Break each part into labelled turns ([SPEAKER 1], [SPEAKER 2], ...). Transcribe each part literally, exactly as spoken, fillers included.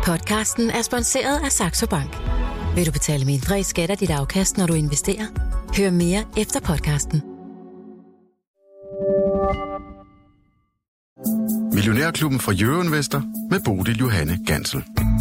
[SPEAKER 1] Podcasten er sponsoreret af Saxo Bank. Vil du betale mindre i skat af dit afkast, når du investerer? Hør mere efter podcasten.
[SPEAKER 2] Millionærklubben fra Euroinvestor med Bodil Johanne Gansel.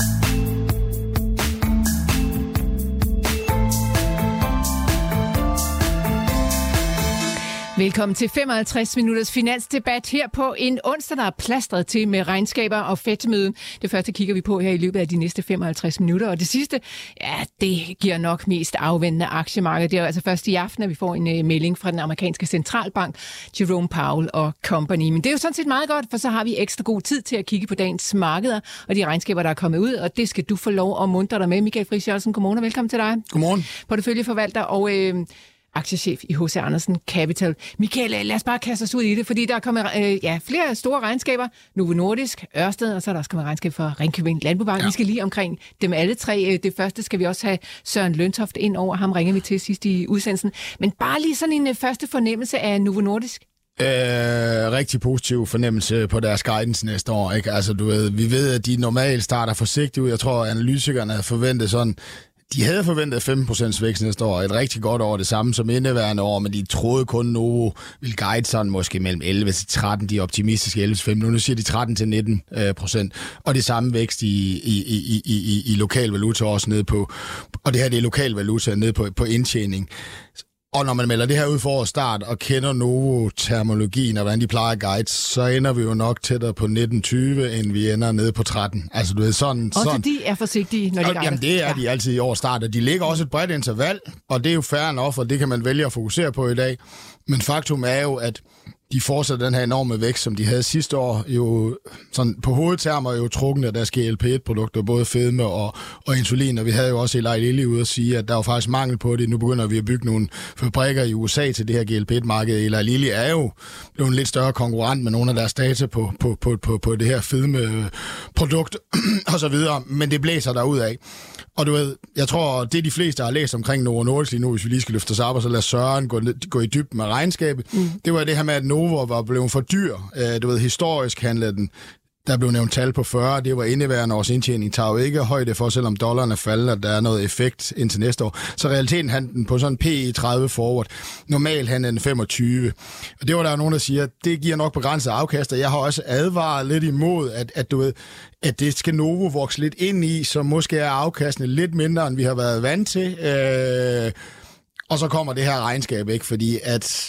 [SPEAKER 3] Velkommen til femoghalvtreds minutters finansdebat her på en onsdag, der er plastret til med regnskaber og fedtmøde. Det første kigger vi på her i løbet af de næste femoghalvtreds minutter, og det sidste, ja, det giver nok mest afvendende aktiemarked. Det er altså først i aften, at vi får en uh, melding fra den amerikanske centralbank, Jerome Powell og Company. Men det er jo sådan set meget godt, for så har vi ekstra god tid til at kigge på dagens markeder og de regnskaber, der er kommet ud, og det skal du få lov at muntre dig med. Michael Friis Jørgensen, godmorgen og velkommen til dig.
[SPEAKER 4] Godmorgen.
[SPEAKER 3] Porteføljeforvalter og Øh, aktiechef i H C Andersen Capital. Michael, lad os bare kaste os ud i det, fordi der er kommet øh, ja, flere store regnskaber. Novo Nordisk, Ørsted, og så er der også kommet regnskab for Ringkøbing Landbobank. Ja. Vi skal lige omkring dem alle tre. Det første skal vi også have Søren Løntoft ind over. Ham ringer vi til sidst i udsendelsen. Men bare lige sådan en øh, første fornemmelse af Novo Nordisk.
[SPEAKER 4] Øh, rigtig positiv fornemmelse på deres guidance næste år. Ikke? Altså, du ved, vi ved, at de normalt starter forsigtigt ud. Jeg tror, at analytikerne havde forventet sådan. De havde forventet femten procent vækst næste år, et rigtig godt år, det samme som indeværende år, men de troede kun Novo ville guide sådan måske mellem elleve til tretten, de optimistiske elleve til femten, nu siger de tretten til nitten procent, og det samme vækst i, i, i, i, i lokal valuta også nede på, og det her det er lokal valuta nede på, på indtjening. Og når man melder det her ud for at start og kender Novo-termologien og hvordan de plejer guides, så ender vi jo nok tættere på nitten tyve, end vi ender nede på tretten. Altså du ved, sådan...
[SPEAKER 3] Også
[SPEAKER 4] sådan.
[SPEAKER 3] de er forsigtige, når de guider.
[SPEAKER 4] Jamen det er de altid i år start, og de ligger også et bredt interval, og det er jo fair nok, og det kan man vælge at fokusere på i dag. Men faktum er jo, at de fortsætter den her enorme vækst, som de havde sidste år, jo sådan på hovedtermer jo trukken af deres G L P et produkter, både fedme og, og insulin, og vi havde jo også Eli Lilly ude at sige, at der var faktisk mangel på det. Nu begynder vi at bygge nogle fabrikker i U S A til det her G L P et-marked. Eli Lilly er jo blevet en lidt større konkurrent med nogle af deres data på, på, på, på, på det her fedme-produkt og så videre, men det blæser derud af. Og du ved, jeg tror, det de fleste har læst omkring Novo Nordisk lige nu, hvis vi lige skal løfte os op, og så lade Søren gå, gå i dybden med regnskabet, mm. det var det her med, at Novo var blevet for dyr. Uh, du ved, historisk handlede den. Der blev nævnt tal på fyrre, det var indeværende års indtjening, tager jo ikke højde for, selvom dollaren er faldet, at der er noget effekt indtil næste år. Så realiteten handler den på sådan P E tredive forward. Normalt handler den femogtyve. Og det var der jo nogen, der siger, at det giver nok begrænset afkast, og jeg har også advaret lidt imod, at, at du ved, at det skal Novo vokse lidt ind i, så måske er afkastene lidt mindre, end vi har været vant til. Øh, og så kommer det her regnskab, ikke? Fordi at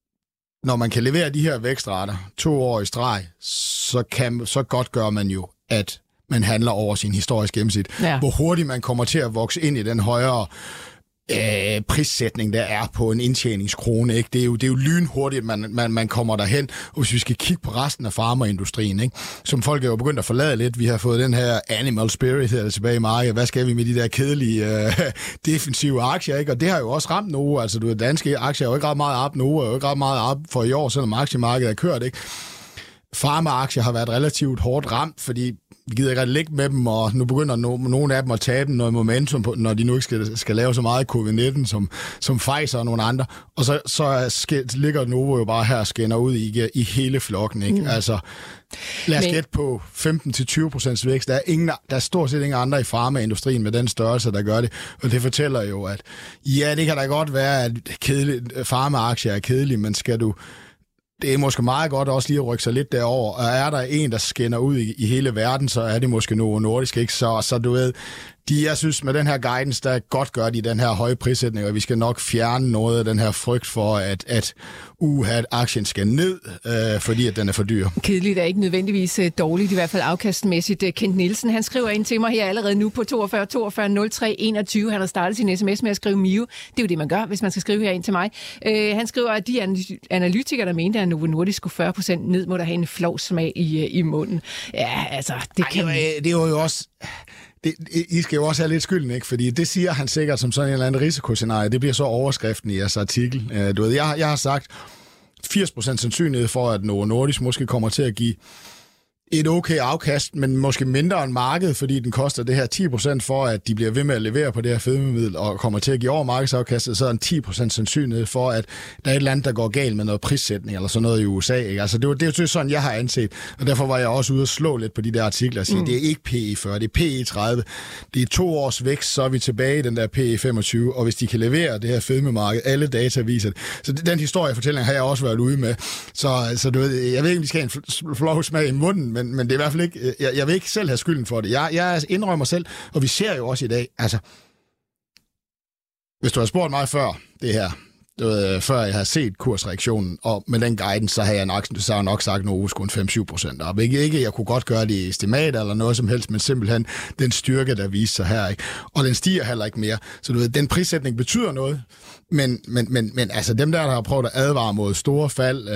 [SPEAKER 4] når man kan levere de her vækstrater to år i streg, så, kan, så godt gør man jo, at man handler over sin historiske gennemsnit. Ja. Hvor hurtigt man kommer til at vokse ind i den højere øh, prissætning, der er på en indtjeningskrone. Ikke? Det er jo, det er jo lynhurtigt, man, man, man kommer derhen. Og hvis vi skal kigge på resten af farmaindustrien, ikke? Som folk er jo begyndt at forlade lidt. Vi har fået den her animal spirit her tilbage i markedet. Hvad skal vi med de der kedelige øh, defensive aktier? Ikke? Og det har jo også ramt Novo. Altså, du ved, danske aktier er jo ikke ret meget op. Novo er jo ikke ret meget op for i år, selvom aktiemarkedet er kørt. Ikke? Pharma-aktier har været relativt hårdt ramt, fordi vi gider ikke at ligge med dem, og nu begynder no- nogle af dem at tabe noget momentum, på, når de nu ikke skal, skal lave så meget covid nitten som, som Pfizer og nogle andre. Og så, så skal, ligger Novo jo bare her og skænder ud i, i hele flokken. Ikke? Mm. Altså, lad os Men... gætte på femten til tyve procent vækst. Der er, ingen, der er stort set ingen andre i farmaindustrien med den størrelse, der gør det. Og det fortæller jo, at ja, det kan da godt være, at farma-aktier er kedelige, men skal du... Det er måske meget godt også lige at rykke sig lidt derover. Og er der en, der skinner ud i, i hele verden, så er det måske Novo Nordisk, ikke? Så, så du ved, de, jeg synes, med den her guidance, der godt gør de den her høje prissætning, og vi skal nok fjerne noget af den her frygt for, at, at, uh, at aktien skal ned, øh, fordi at den er for dyr.
[SPEAKER 3] Kedeligt er ikke nødvendigvis dårligt, i hvert fald afkastmæssigt. Kent Nielsen, han skriver ind til mig her allerede nu på toogfyrre toogfyrre nul tre enogtyve. Han har startet sin sms med at skrive Mio. Det er jo det, man gør, hvis man skal skrive her ind til mig. Øh, han skriver, at de analytikere, der mente, at Novo Nordisk skulle fyrre procent ned, må der have en flov smag i, i munden. Ja, altså, det
[SPEAKER 4] Ej,
[SPEAKER 3] kan...
[SPEAKER 4] Det, det var jo også... Det, I skal jo også have lidt skylden, ikke? Fordi det siger han sikkert som sådan en eller anden risikoscenarie. Det bliver så overskriften i jeres artikel. Du ved, jeg, jeg har sagt firs procent sandsynlighed for, at Novo Nordisk måske kommer til at give et okay afkast, men måske mindre end markedet, fordi den koster det her ti procent for, at de bliver ved med at levere på det her fedmemiddel og kommer til at give over markedsafkastet, så er en ti procent sandsynlighed for, at der er et eller andet, der går galt med noget prissætning eller sådan noget i U S A. Ikke? Altså, det, var, det er jo sådan, jeg har anset, og derfor var jeg også ude og slå lidt på de der artikler og sige, mm. det er ikke P E fyrre, det er P E tredive. Det er to års vækst, så er vi tilbage i den der P E femogtyve, og hvis de kan levere det her fedmemarked, alle data viser det. Så den historiefortælling har jeg også været ude med. Så, så du ved, jeg ved ikke, om vi skal have en flov smag i munden, men, men det er i hvert fald ikke, jeg, jeg vil ikke selv have skylden for det. Jeg, jeg indrømmer selv, og vi ser jo også i dag, altså, hvis du har spurgt mig før det her, ved, før jeg har set kursreaktionen, og med den guidance, så har jeg nok, så har jeg nok sagt, at Novo skulle fem til syv procent op. Ikke, ikke, jeg kunne godt gøre det i estimater eller noget som helst, men simpelthen den styrke, der viser sig her. Ikke? Og den stiger heller ikke mere. Så du ved, den prissætning betyder noget, men, men, men, men altså dem der, der har prøvet at advare mod store fald,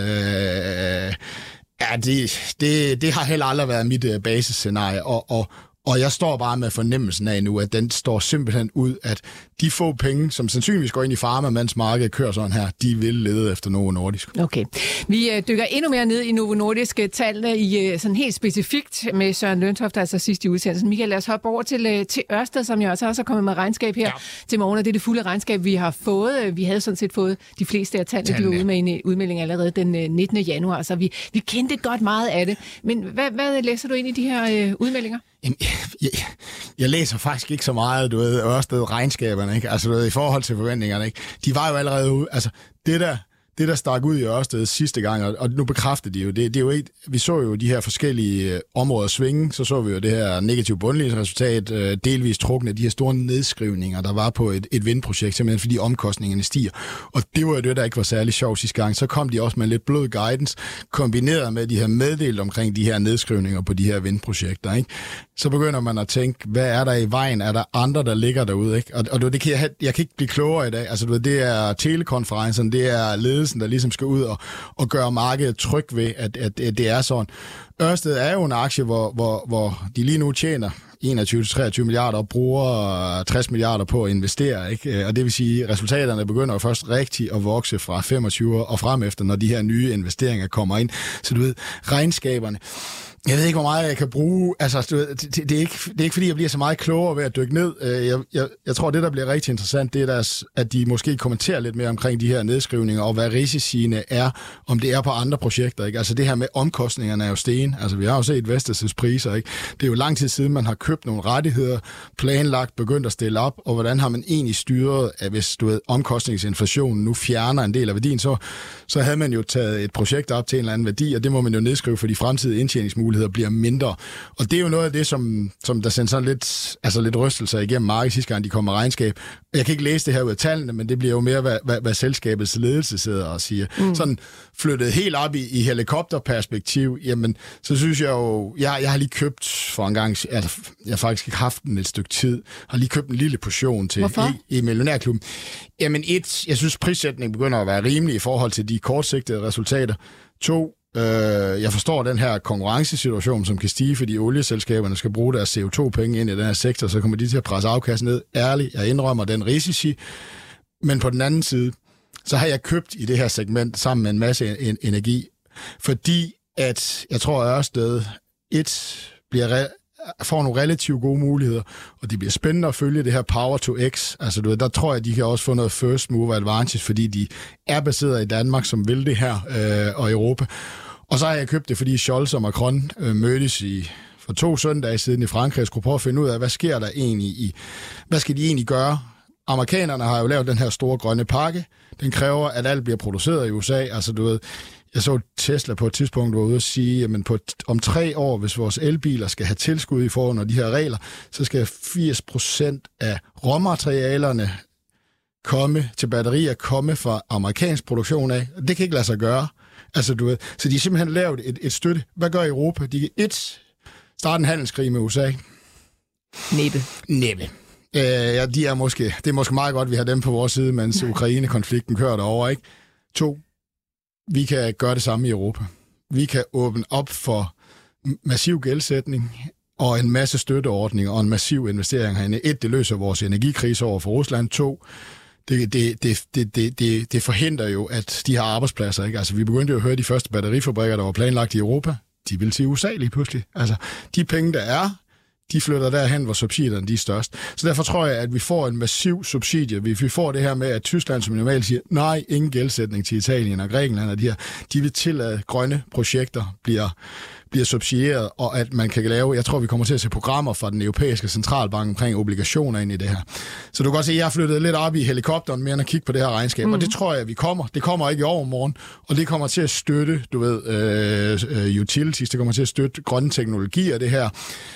[SPEAKER 4] øh, ja, det, det, det har heller aldrig været mit uh, basisscenarie, og, og, og jeg står bare med fornemmelsen af nu, at den står simpelthen ud, at de få penge, som sandsynligvis går ind i Pharma, mens markedet kører sådan her, de vil lede efter Novo Nordisk.
[SPEAKER 3] Okay. Vi øh, dykker endnu mere ned i Novo Nordisk tallene i øh, sådan helt specifikt med Søren Løntoft, altså sidst i udsendelsen. Michael, lad os hoppe over til, øh, til Ørsted, som jeg også har kommet med regnskab her ja. til morgen, og det er det fulde regnskab, vi har fået. Vi havde sådan set fået de fleste af tallene, de var ude med en udmelding allerede den øh, nittende januar, så vi, vi kendte godt meget af det. Men hvad, hvad læser du ind i de her øh, udmeldinger?
[SPEAKER 4] Jamen, jeg, jeg læser faktisk ikke så meget, du ved, Ørsted regnskaberne, ikke? Altså, du ved, i forhold til forventningerne, ikke? De var jo allerede ude, altså, det der, det der stak ud i Ørsted sidste gang, og, og nu bekræftede de jo, det, det er jo ikke, vi så jo de her forskellige øh, områder svinge, så så vi jo det her negative bundlinjeresultat, øh, delvis trukne af de her store nedskrivninger, der var på et, et vindprojekt, simpelthen fordi omkostningerne stiger. Og det var jo det, der ikke var særlig sjovt sidste gang. Så kom de også med lidt blød guidance, kombineret med de her meddelt omkring de her nedskrivninger på de her vindprojekter, ikke? Så begynder man at tænke, hvad er der i vejen? Er der andre, der ligger derude, ikke? Og, og det kan jeg, jeg kan ikke blive klogere i dag. Altså, du ved, det er telekonferencen, det er ledelsen, der ligesom skal ud og, og gøre markedet tryg ved, at, at, at det er sådan. Ørsted er jo en aktie, hvor, hvor, hvor de lige nu tjener enogtyve til treogtyve milliarder og bruger tres milliarder på at investere, ikke? Og det vil sige, at resultaterne begynder jo først rigtigt at vokse fra femogtyve og frem efter, når de her nye investeringer kommer ind. Så du ved, regnskaberne, jeg ved ikke, hvor meget jeg kan bruge. Altså, du ved, det, det, er ikke, det er ikke, fordi jeg bliver så meget klogere ved at dykke ned. Jeg, jeg, jeg tror, det, der bliver rigtig interessant, det er, deres, at de måske kommenterer lidt mere omkring de her nedskrivninger, og hvad risiciene er, om det er på andre projekter. Ikke? Altså, det her med omkostningerne er jo sten. Altså, vi har jo set Vestas' priser. Ikke? Det er jo lang tid siden, man har købt nogle rettigheder, planlagt, begyndt at stille op, og hvordan har man egentlig styret, at hvis du ved, omkostningsinflationen nu fjerner en del af værdien, så, så havde man jo taget et projekt op til en eller anden værdi, og det må man jo nedskrive for de fremtidige indtjeningsmuligheder bliver mindre. Og det er jo noget af det, som, som der sender sådan lidt, altså lidt rystelser igennem markedet sidste gang, de kommer med regnskab. Jeg kan ikke læse det her ud af tallene, men det bliver jo mere, hvad, hvad, hvad selskabets ledelse sidder og siger. Mm. Sådan flyttet helt op i, i helikopterperspektiv, jamen, så synes jeg jo, jeg, jeg har lige købt for en gang, altså, jeg har faktisk ikke haft den et stykke tid, har lige købt en lille portion til i, i Millionærklubben. Jamen et, jeg synes prissætningen begynder at være rimelig i forhold til de kortsigtede resultater. To, Øh, jeg forstår den her konkurrencesituation, som kan stige, fordi olieselskaberne skal bruge deres C O to penge ind i den her sektor, så kommer de til at presse afkast ned. Ærligt, jeg indrømmer den risici. Men på den anden side, så har jeg købt i det her segment sammen med en masse energi, fordi at jeg tror, at Ørsted et bliver får nogle relativt gode muligheder, og det bliver spændende at følge det her Power to X. Altså, du ved, der tror jeg, at de kan også få noget first mover advantage, fordi de er baseret i Danmark, som vil det her, øh, og Europa. Og så har jeg købt det, fordi Scholz og Macron øh, mødtes i, for to søndage siden i Frankrig, og skulle prøve at finde ud af, hvad sker der egentlig i, hvad skal de egentlig gøre? Amerikanerne har jo lavet den her store grønne pakke. Den kræver, at alt bliver produceret i U S A. Altså, du ved, jeg så Tesla på et tidspunkt var ude at sige, at på, om tre år, hvis vores elbiler skal have tilskud i forhold til de her regler, så skal firs procent af råmaterialerne komme til batterier, komme fra amerikansk produktion af. Det kan ikke lade sig gøre. Altså, du ved, så de har simpelthen lavet et, et støtte. Hvad gør Europa? De kan et starte en handelskrig med U S A.
[SPEAKER 3] Næppe.
[SPEAKER 4] Næppe. Øh, ja, de er måske, det er måske meget godt, at vi har dem på vores side, mens Ukraine-konflikten kører derover, ikke? To. Vi kan gøre det samme i Europa. Vi kan åbne op for massiv gældsætning og en masse støtteordninger og en massiv investering herinde. Et, det løser vores energikrise over for Rusland. To, det, det, det, det, det, det, det forhindrer jo, at de har arbejdspladser. Ikke? Altså, vi begyndte jo at høre de første batterifabrikker, der var planlagt i Europa. de vil til U S A lige pludselig. Altså, de penge, der er, de flytter derhen, hvor subsidierne de er størst. Så derfor tror jeg, at vi får en massiv subsidie. Hvis vi får det her med, at Tyskland, som normalt siger, nej, ingen gældsætning til Italien og Grækenland, og de her, de vil tillade grønne projekter bliver bliver subsidieret, og at man kan lave, jeg tror, vi kommer til at se programmer fra den europæiske centralbank omkring obligationer ind i det her. Så du kan godt se, at jeg har flyttet lidt op i helikopteren mere end at kigge på det her regnskab, mm. og det tror jeg, vi kommer. Det kommer ikke i overmorgen, og det kommer til at støtte, du ved, øh, utilities, det kommer til at støtte grønne teknologier, det her.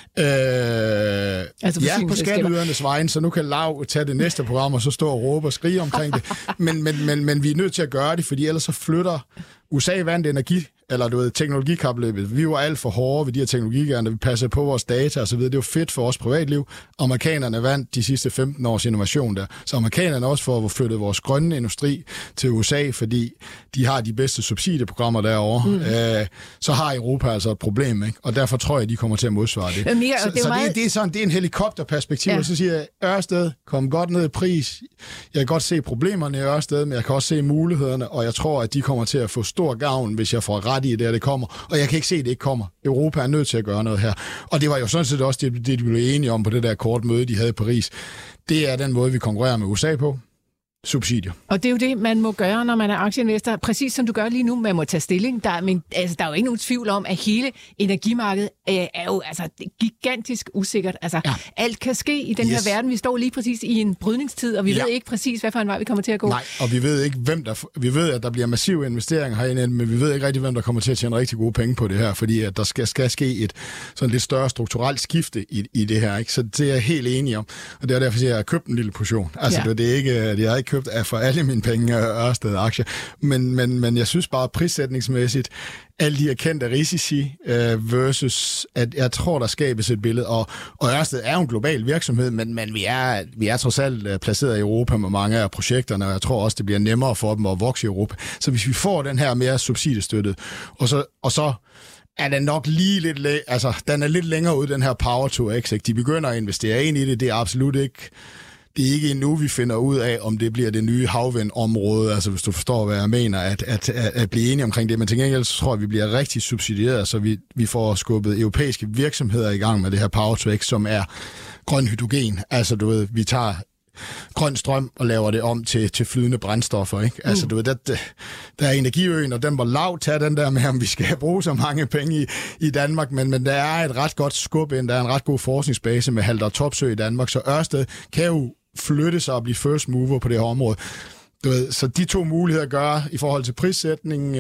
[SPEAKER 4] Øh, altså ja, på skatteydernes vejen, så nu kan Lav tage det næste program, og så stå og råbe og skrige omkring det. Men, men, men, men vi er nødt til at gøre det, fordi ellers så flytter U S A vandt energi, eller du ved, teknologikapløbet. Vi var alt for hårde ved de her teknologigerne, vi passede på vores data og så videre. Det var fedt for vores privatliv. Amerikanerne vandt de sidste femten års innovation der. Så amerikanerne også får flyttet vores grønne industri til U S A, fordi de har de bedste subsidieprogrammer derovre. Mm. Øh, så har Europa altså et problem, ikke? Og derfor tror jeg, de kommer til at modsvare det.
[SPEAKER 3] Øh, Mika,
[SPEAKER 4] så
[SPEAKER 3] det, er
[SPEAKER 4] så
[SPEAKER 3] meget...
[SPEAKER 4] det, det er sådan, det er en helikopterperspektiv, ja. Og så siger jeg, Ørsted, kom godt ned i pris. Jeg kan godt se problemerne i Ørsted, men jeg kan også se mulighederne, og jeg tror, at de kommer til at få stor gavn, hvis jeg får ret i det, at det kommer. Og jeg kan ikke se, at det ikke kommer. Europa er nødt til at gøre noget her. Og det var jo sådan set også det, det de blev enige om på det der kort møde, de havde i Paris. Det er den måde, vi konkurrerer med U S A på. Subsidier.
[SPEAKER 3] Og det er jo det, man må gøre, når man er aktieinvestor. Præcis som du gør lige nu, man må tage stilling. Der, men, altså, der er jo ikke nogen tvivl om, at hele energimarkedet øh, er jo altså, gigantisk usikkert. Altså, ja. Alt kan ske i den yes. her verden. Vi står lige præcis i en brydningstid, og vi ja. ved ikke præcis, hvad for en vej vi kommer til at gå.
[SPEAKER 4] Nej, og vi ved ikke, hvem der... Vi ved, at der bliver massive investeringer herinde, men vi ved ikke rigtig, hvem der kommer til at tjene rigtig gode penge på det her, fordi at der skal, skal ske et sådan lidt større strukturelt skifte i, i det her. Ikke? Så det er jeg helt enig om. Og det er derfor, at jeg har købt en lille portion. Altså, ja. det er ikke... Det er ikke købt af for alle mine penge Ørsted aktier. Men, men, men jeg synes bare prissætningsmæssigt, alle de erkendte risici øh, versus, at jeg tror, der skabes et billede. Og, og Ørsted er jo en global virksomhed, men, men vi, er, vi er trods alt placeret i Europa med mange af projekterne, og jeg tror også, det bliver nemmere for dem at vokse i Europa. Så hvis vi får den her mere subsidiestøttet, og så, og så er den nok lige lidt, læ- altså den er lidt længere ud, den her Power to X. De begynder at investere ind i det, det er absolut ikke... Det er ikke endnu, vi finder ud af, om det bliver det nye havvindområde, altså hvis du forstår, hvad jeg mener, at, at, at, at blive enige omkring det. Men til gengæld så tror jeg, at vi bliver rigtig subsidieret, så vi, vi får skubbet europæiske virksomheder i gang med det her Power to X, som er grøn hydrogen. Altså du ved, vi tager grøn strøm og laver det om til, til flydende brændstoffer, ikke? Mm. Altså du ved, der, der er energiøen, og den var lav, tage den der med, om vi skal bruge så mange penge i, i Danmark, men, men der er et ret godt skub ind, der er en ret god forskningsbase med Halder Topsø i Danmark, så Ørsted kan jo flytte sig og blive first mover på det her område. Du ved, så de to muligheder gør i forhold til prissætning,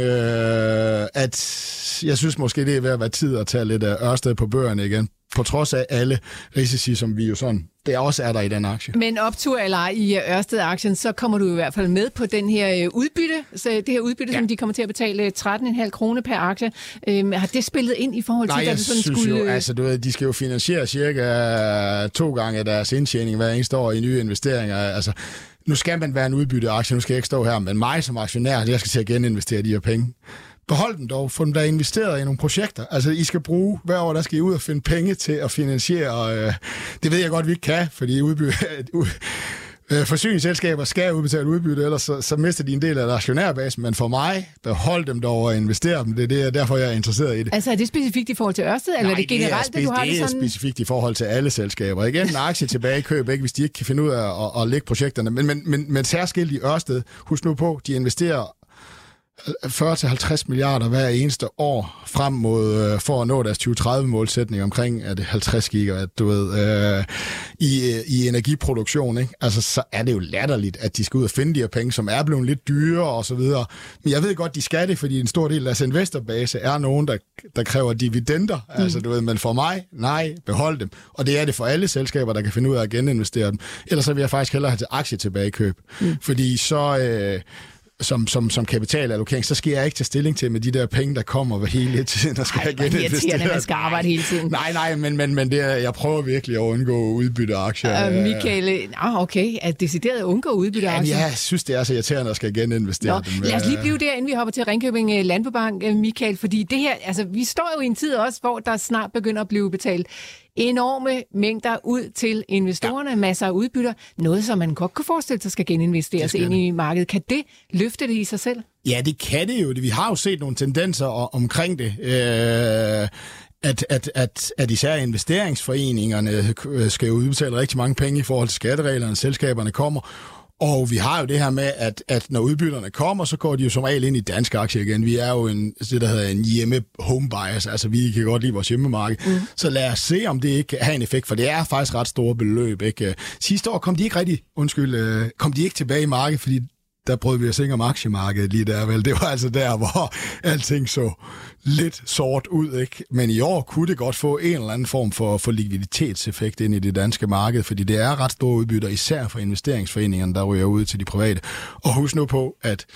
[SPEAKER 4] øh, at jeg synes måske, det er ved at være tid at tage lidt af Ørsted på bøgerne igen, på trods af alle risici, som vi jo sådan, det også er der i den aktie.
[SPEAKER 3] Men optur eller ej i Ørsted-aktien, så kommer du i hvert fald med på den her udbytte, så det her udbytte, ja. som de kommer til at betale tretten komma fem kroner per aktie. Øhm, har det spillet ind i forhold til,
[SPEAKER 4] Nej,
[SPEAKER 3] at det sådan skulle... Nej,
[SPEAKER 4] jeg synes jo, altså du ved, de skal jo finansiere cirka to gange deres indtjening hver eneste år i nye investeringer. Altså, nu skal man være en udbytteaktie, nu skal jeg ikke stå her, men mig som aktionær, jeg skal til at geninvestere de her penge. Behold dem dog, få dem der investeret i nogle projekter. Altså, I skal bruge, hver år, der skal I ud og finde penge til at finansiere. Øh, det ved jeg godt, vi ikke kan, fordi udbytte, øh, forsyningsselskaber skal udbetale udbytte, ellers så, så mister de en del af aktionærbasen. Men for mig, behold dem dog og investere dem. Det er det, derfor, jeg er interesseret i det.
[SPEAKER 3] Altså, er det specifikt i forhold til Ørsted, eller er det generelt, det, er
[SPEAKER 4] det,
[SPEAKER 3] du har
[SPEAKER 4] det,
[SPEAKER 3] det
[SPEAKER 4] sådan?
[SPEAKER 3] sådan?
[SPEAKER 4] Det er specifikt i forhold til alle selskaber. Igen, en aktie tilbage i køb, ikke, hvis de ikke kan finde ud af at, at lægge projekterne. Men, men, men, men særskilt i Ørsted, husk nu på, de investerer fyrre til halvtreds milliarder hver eneste år frem mod, for at nå deres tyve tredive målsætning omkring at halvtreds gigawatt, du ved, øh, i, i energiproduktion, ikke? Altså, så er det jo latterligt, at de skal ud og finde de her penge, som er blevet lidt dyrere og så videre. Men jeg ved godt, de skal det, fordi en stor del af deres investorbase er nogen, der, der kræver dividender. Mm. Altså, du ved, men for mig, nej, behold dem. Og det er det for alle selskaber, der kan finde ud af at geninvestere dem. Ellers så vil jeg faktisk hellere have til aktie tilbage i køb. Mm. Fordi så... Øh, Som, som, som kapitalallokering, så skal jeg ikke tage stilling til med de der penge, der kommer hele tiden, der skal Ej, jeg geninvestere.
[SPEAKER 3] Man skal arbejde hele tiden.
[SPEAKER 4] Nej, nej, men, men, men det er, jeg prøver virkelig at undgå udbytteaktier.
[SPEAKER 3] Uh, Michael, ah, okay, er det decideret at undgå udbytteaktier?
[SPEAKER 4] Ja, jeg synes, det er så irriterende, at jeg skal geninvestere dem.
[SPEAKER 3] Lad os lige blive der, inden vi hopper til Ringkøbing Landbobank, Michael, fordi det her, altså vi står jo i en tid også, hvor der snart begynder at blive betalt enorme mængder ud til investorerne, ja. masser af udbytter, noget som man godt kunne forestille sig skal geninvesteres ind i markedet. Kan det løfte løfte det i sig selv?
[SPEAKER 4] Ja, det kan det jo. Vi har jo set nogle tendenser omkring det. Øh, at, at, at, at især investeringsforeningerne skal jo udbetale rigtig mange penge i forhold til skattereglerne, selskaberne kommer. Og vi har jo det her med, at, at når udbytterne kommer, så går de jo som regel ind i danske aktier igen. Vi er jo en, det, der hedder en hjemme home bias, altså vi kan godt lide vores hjemmemarked. Mm. Så lad os se, om det ikke har en effekt, for det er faktisk ret store beløb. Ikke? Sidste år kom de ikke rigtig, undskyld, kom de ikke tilbage i markedet, fordi der brød vi os ikke om aktiemarkedet lige der, vel? Det var altså der, hvor alting så lidt sort ud, ikke? Men i år kunne det godt få en eller anden form for, for likviditetseffekt ind i det danske marked, fordi det er ret store udbytter, især for investeringsforeningerne, der ryger ud til de private. Og husk nu på, at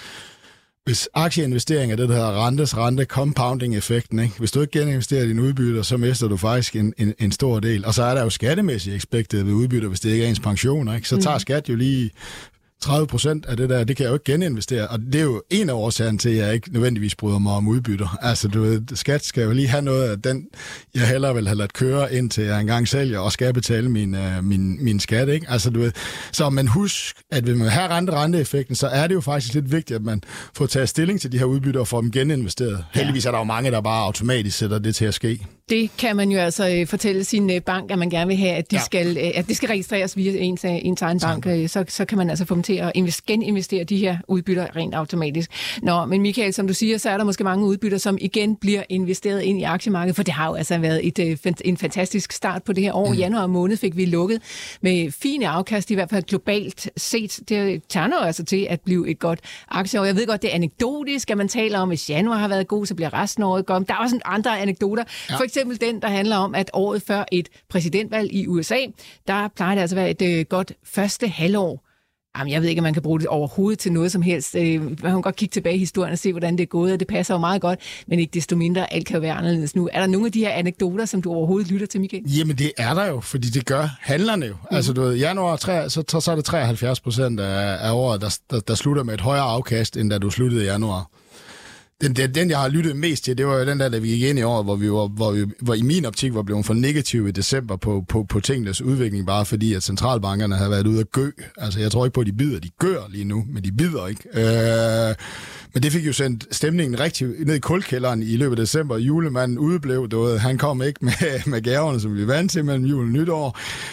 [SPEAKER 4] hvis aktieinvestering er det, der hedder rentes rente, compounding-effekten, ikke? Hvis du ikke geninvesterer dine udbytter, så mister du faktisk en, en, en stor del. Og så er der jo skattemæssigt expected ved udbytter, hvis det ikke er ens pension, ikke? Så tager skat jo lige tredive procent af det der, det kan jeg jo ikke geninvestere, og det er jo en af årsagerne til, at jeg ikke nødvendigvis bryder mig om udbytter. Altså, du ved, skat skal jo lige have noget af den, jeg hellere vil have ladt køre, indtil jeg engang sælger, og skal betale min, uh, min, min skat, ikke? Altså, du ved, så man husk, at hvis man har rente-rente-effekten, så er det jo faktisk lidt vigtigt, at man får taget stilling til de her udbytter og får dem geninvesteret. Ja. Heldigvis er der jo mange, der bare automatisk sætter det til at ske. Det
[SPEAKER 3] kan man jo altså øh, fortælle sin øh, bank, at man gerne vil have, at, de ja. skal, øh, at det skal registreres via ens, øh, ens egen bank. Øh, så, så kan man altså få dem til at invest, geninvestere de her udbytter rent automatisk. Nå, men Michael, som du siger, så er der måske mange udbytter, som igen bliver investeret ind i aktiemarkedet, for det har jo altså været et, øh, en fantastisk start på det her år. Mm. Januar måned fik vi lukket med fine afkast, i hvert fald globalt set. Det tegner jo altså til at blive et godt aktieår. Jeg ved godt, det er anekdotisk, at man taler om, hvis januar har været god, så bliver resten af året godt. Der er også andre anekdoter. Ja. For eksempel den, der handler om, at året før et præsidentvalg i U S A, der plejer det altså at være et øh, godt første halvår. Jamen, jeg ved ikke, om man kan bruge det overhovedet til noget som helst. Øh, man kan godt kigge tilbage i historien og se, hvordan det er gået, og det passer jo meget godt, men ikke desto mindre, alt kan jo være anderledes nu. Er der nogle af de her anekdoter, som du overhovedet lytter til, Michael?
[SPEAKER 4] Jamen, det er der jo, fordi det gør handlerne jo. Mm. Altså, du ved, januar, så, så er det treoghalvfjerds procent af, af året, der, der, der slutter med et højere afkast, end da du sluttede i januar. Den, den, den, jeg har lyttet mest til, det var jo den der, da vi gik ind i året, hvor vi var, hvor vi, hvor i min optik var blevet for negativ i december på, på, på tingenes udvikling, bare fordi, at centralbankerne havde været ude at gø. Altså, jeg tror ikke på, at de bider. De gør lige nu, men de bider ikke. Øh, men det fik jo sendt stemningen rigtig ned i kulkælderen i løbet af december. Julemanden udeblev, du ved, han kom ikke med, med gaverne, som vi er vant til mellem jul og nytår.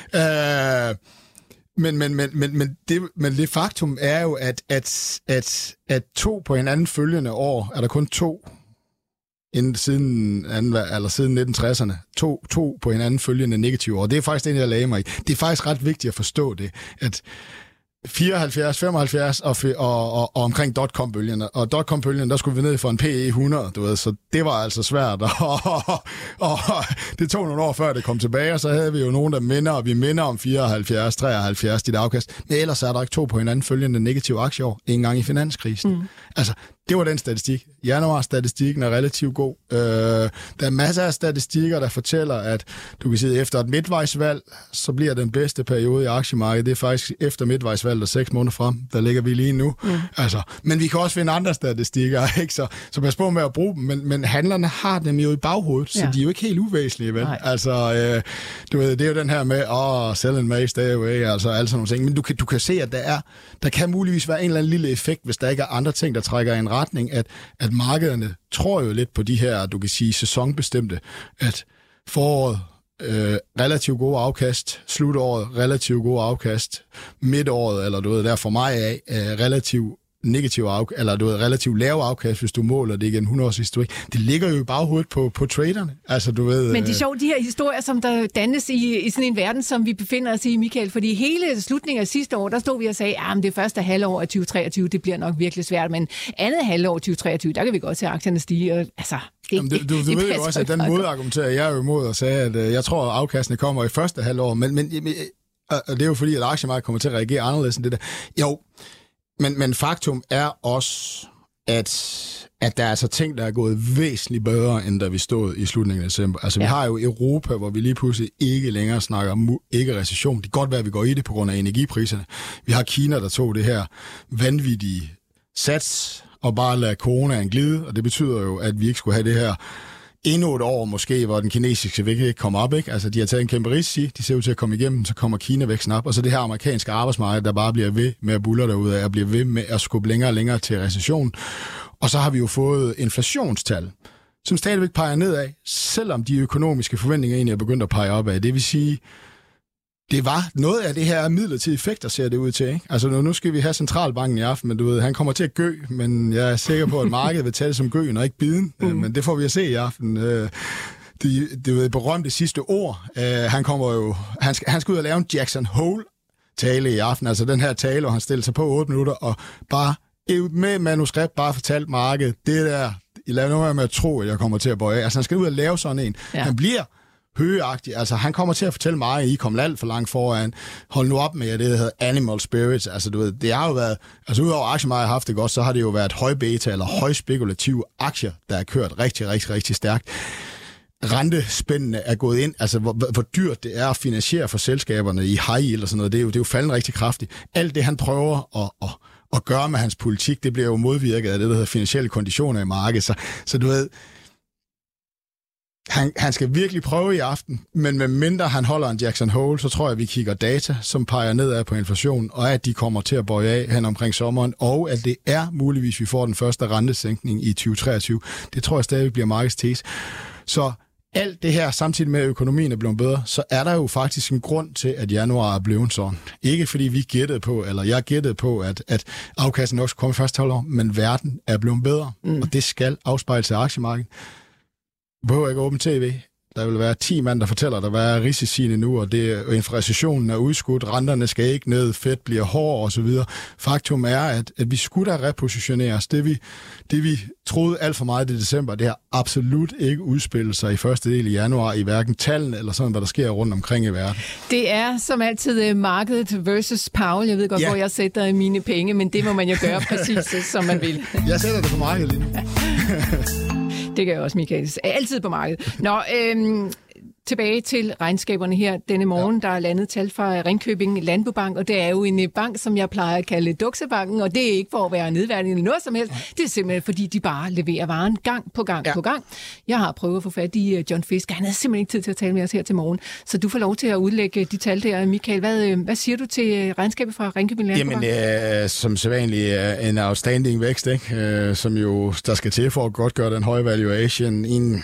[SPEAKER 4] Øh, Men, men, men, men, men, det, men det faktum er jo, at, at, at, at to på hinanden følgende år, er der kun to inden, siden, anden, eller siden nitten tresserne, to, to på hinanden følgende negative år. Det er faktisk det, jeg lagde mig i. Det er faktisk ret vigtigt at forstå det, at fireoghalvfjerds, femoghalvfjerds og, og, og, og omkring dotcom-bølgerne. Og dotcom-bølgerne, der skulle vi ned for en P E hundrede, du ved, så det var altså svært. Og, og, og det tog nogle år før det kom tilbage, og så havde vi jo nogen, der minder, og vi minder om fireoghalvfjerds, treoghalvfjerds, dit afkast. Men ellers er der ikke to på hinanden følgende negative aktieår, en gang i finanskrisen. Mm. Altså, det var den statistik. Januar-statistikken er relativt god. Øh, der er masser af statistikker, der fortæller, at du kan sige, efter et midtvejsvalg, så bliver den bedste periode i aktiemarkedet. Det er faktisk efter midtvejsvalg, der seks måneder frem. Der ligger vi lige nu. Mm. Altså, men vi kan også finde andre statistikker, ikke? Så, så pas på med at bruge dem. Men, men handlerne har dem jo i baghovedet, ja. Så de er jo ikke helt uvæsentlige, vel? Nej. Altså, øh, du ved, det er jo den her med, åh, oh, sell and may, stay away, altså alle sådan nogle ting. Men du kan, du kan se, at der, er, der kan muligvis være en eller anden lille effekt, hvis der ikke er andre ting, der trækker i en retning, at, at markederne tror jo lidt på de her, du kan sige, sæsonbestemte, at foråret øh, relativt gode afkast, slutåret relativt gode afkast, midtåret, eller du ved, der for mig af, øh, relativt negativ afkast, eller du ved, relativt lave afkast, hvis du måler det igen hundrede års historik. Det ligger jo i baghovedet på, på traderne. Altså, du ved,
[SPEAKER 3] men det er sjovt, de her historier, som der dannes i, i sådan en verden, som vi befinder os i, Michael, fordi hele slutningen af sidste år, der stod vi og sagde, at det første halvår af tyve treogtyve, det bliver nok virkelig svært, men andet halvår tyve treogtyve, der kan vi godt se aktierne stige, og altså... Det,
[SPEAKER 4] Jamen, det, du, du det ved jo også, at den modargumenterer jeg jo imod og sagde, at uh, jeg tror, at afkastene kommer i første halvår, men, men uh, det er jo fordi, at aktiemarkedet kommer til at reagere anderledes end det der. Jo, Men, men faktum er også, at, at der er altså ting, der er gået væsentligt bedre, end da vi stod i slutningen af december. Altså, ja. Vi har jo Europa, hvor vi lige pludselig ikke længere snakker om ikke-recession. Det kan godt være, at vi går i det på grund af energipriserne. Vi har Kina, der tog det her vanvittige sats og bare lade coronaen glide, og det betyder jo, at vi ikke skulle have det her endnu et år måske, hvor den kinesiske vækst ikke kommer op, ikke? Altså, de har taget en kæmpe risici, de ser ud til at komme igennem, så kommer Kina-væksten op, og så det her amerikanske arbejdsmarked, der bare bliver ved med at buller derudad, og bliver ved med at skubbe længere og længere til recession. Og så har vi jo fået inflationstal, som stadigvæk peger nedad, selvom de økonomiske forventninger egentlig er begyndt at pege opad. Det vil sige, det var noget af det her midlertidige effekter, ser det ud til, ikke? Altså, nu skal vi have centralbanken i aften, men du ved, han kommer til at gø, men jeg er sikker på, at markedet vil tage det som gøen og ikke biden. Mm. Men det får vi at se i aften. Det, det er berømte sidste ord. Han kommer jo, han skal, han skal ud og lave en Jackson Hole-tale i aften, altså den her tale, hvor han stiller sig på otte minutter og bare med manuskript bare fortalt markedet, det der, I laver noget med at tro, at jeg kommer til at bøje af. Altså, han skal ud og lave sådan en. Ja. Han bliver højagtig. Altså, han kommer til at fortælle mig, at I kom alt for langt foran. Hold nu op med det, der hedder animal spirits. Altså, du ved, det har jo været... Altså, udover aktiemarkedet har haft det godt, så har det jo været høj beta eller høj spekulative aktier, der er kørt rigtig, rigtig, rigtig stærkt. Rentespændene er gået ind. Altså, hvor, hvor dyrt det er at finansiere for selskaberne i high yield og sådan noget, det er jo, det er jo faldet rigtig kraftigt. Alt det, han prøver at... at at gøre med hans politik, det bliver jo modvirket af det, der hedder finansielle konditioner i markedet. Så, så du ved, han, han skal virkelig prøve i aften, men med mindre han holder en Jackson Hole, så tror jeg, at vi kigger data, som peger nedad på inflation, og at de kommer til at bøje af hen omkring sommeren, og at det er muligvis, vi får den første rentesænkning i tyve treogtyve. Det tror jeg stadig bliver markedstese. Så alt det her, samtidig med at økonomien er blevet bedre, så er der jo faktisk en grund til, at januar er blevet sådan. Ikke fordi vi gættede på, eller jeg gættede på, at, at afkasten også kommer først halvår, men verden er blevet bedre, mm. og det skal afspejles af aktiemarkedet. Behøver ikke åbent tv. Der vil være ti mand, der fortæller dig, hvad er risiciene nu, og det, inflationen er udskudt, renterne skal ikke ned, Fed bliver hård og så videre. Faktum er, at, at vi skulle da repositioneres. Det vi, det vi troede alt for meget i december, det har absolut ikke udspillet sig i første del i januar, i hverken tallene eller sådan, hvad der sker rundt omkring i verden. Det er som altid markedet versus Powell. Jeg ved godt, ja. hvor jeg sætter mine penge, men det må man jo gøre præcis, som man vil. Jeg sætter det på markedet lige nu. Det gør jeg også, Michael. Altid på markedet. Nå, øhm, tilbage til regnskaberne her denne morgen. Ja. Der er landet tal fra Ringkøbing Landbobank, og det er jo en bank, som jeg plejer at kalde Duksebanken, og det er ikke for at være nedværdigende eller noget som helst. Det er simpelthen, fordi de bare leverer varen gang på gang ja. på gang. Jeg har prøvet at få fat i John Fisk. Han havde simpelthen ikke tid til at tale med os her til morgen, så du får lov til at udlægge de tal der, Michael. Hvad, hvad siger du til regnskabet fra Ringkøbing Landbobank? Jamen, øh, som sædvanligt er en outstanding vækst, ikke? Øh, som jo der skal til for at godt gøre den høje valuation en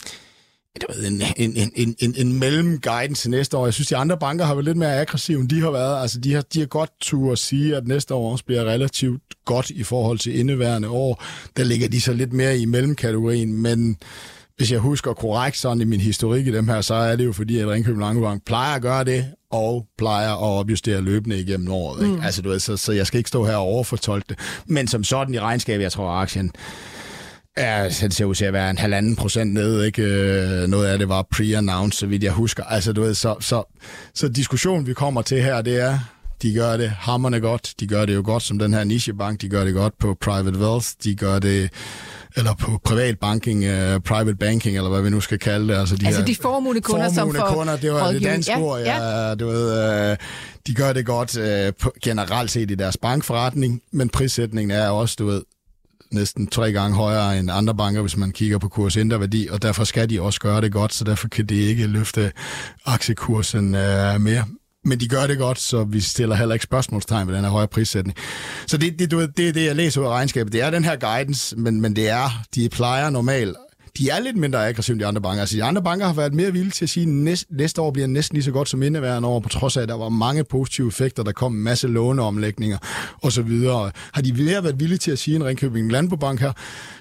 [SPEAKER 4] En, en, en, en, en mellem-guidance til næste år. Jeg synes, de andre banker har været lidt mere aggressive, end de har været. Altså, de har, de har godt tur at sige, at næste år også bliver relativt godt i forhold til indeværende år. Der ligger de så lidt mere i mellemkategorien, men hvis jeg husker korrekt sådan i min historik i dem her, så er det jo fordi, at Ringkøbing Landbobank plejer at gøre det, og plejer at opjustere løbende igennem året. Ikke? Mm. Altså, du ved, så, så jeg skal ikke stå her og overfortolke det. Men som sådan i regnskabet, jeg tror, at aktien ja, det ser ud til at være en halvanden procent nede, ikke? Noget af det var pre-announced, så vidt jeg husker. Altså, du ved, så, så, så diskussionen, vi kommer til her, det er, de gør det hamrende godt. De gør det jo godt som den her nichebank. De gør det godt på private wealth. De gør det eller på privat banking, uh, private banking, eller hvad vi nu skal kalde det. Altså de, altså de formuende kunder, som får kunder, det var det danske ord, ja, ja. Du ved, uh, de gør det godt uh, på, generelt set i deres bankforretning, men prissætningen er også, du ved, næsten tre gange højere end andre banker, hvis man kigger på kursinterværdi, og derfor skal de også gøre det godt, så derfor kan det ikke løfte aktiekursen øh, mere. Men de gør det godt, så vi stiller heller ikke spørgsmålstegn ved den her høje prissætning. Så det, det, det er det, jeg læser ud af regnskabet. Det er den her guidance, men, men det er, de plejer normalt, de er lidt mindre aggressive end de andre banker. Altså, de andre banker har været mere villige til at sige, at næste, næste år bliver næsten lige så godt som indeværende år, på trods af, at der var mange positive effekter, der kom en masse låneomlægninger osv. Har de været villige til at sige en Ringkøbing Landbobank her?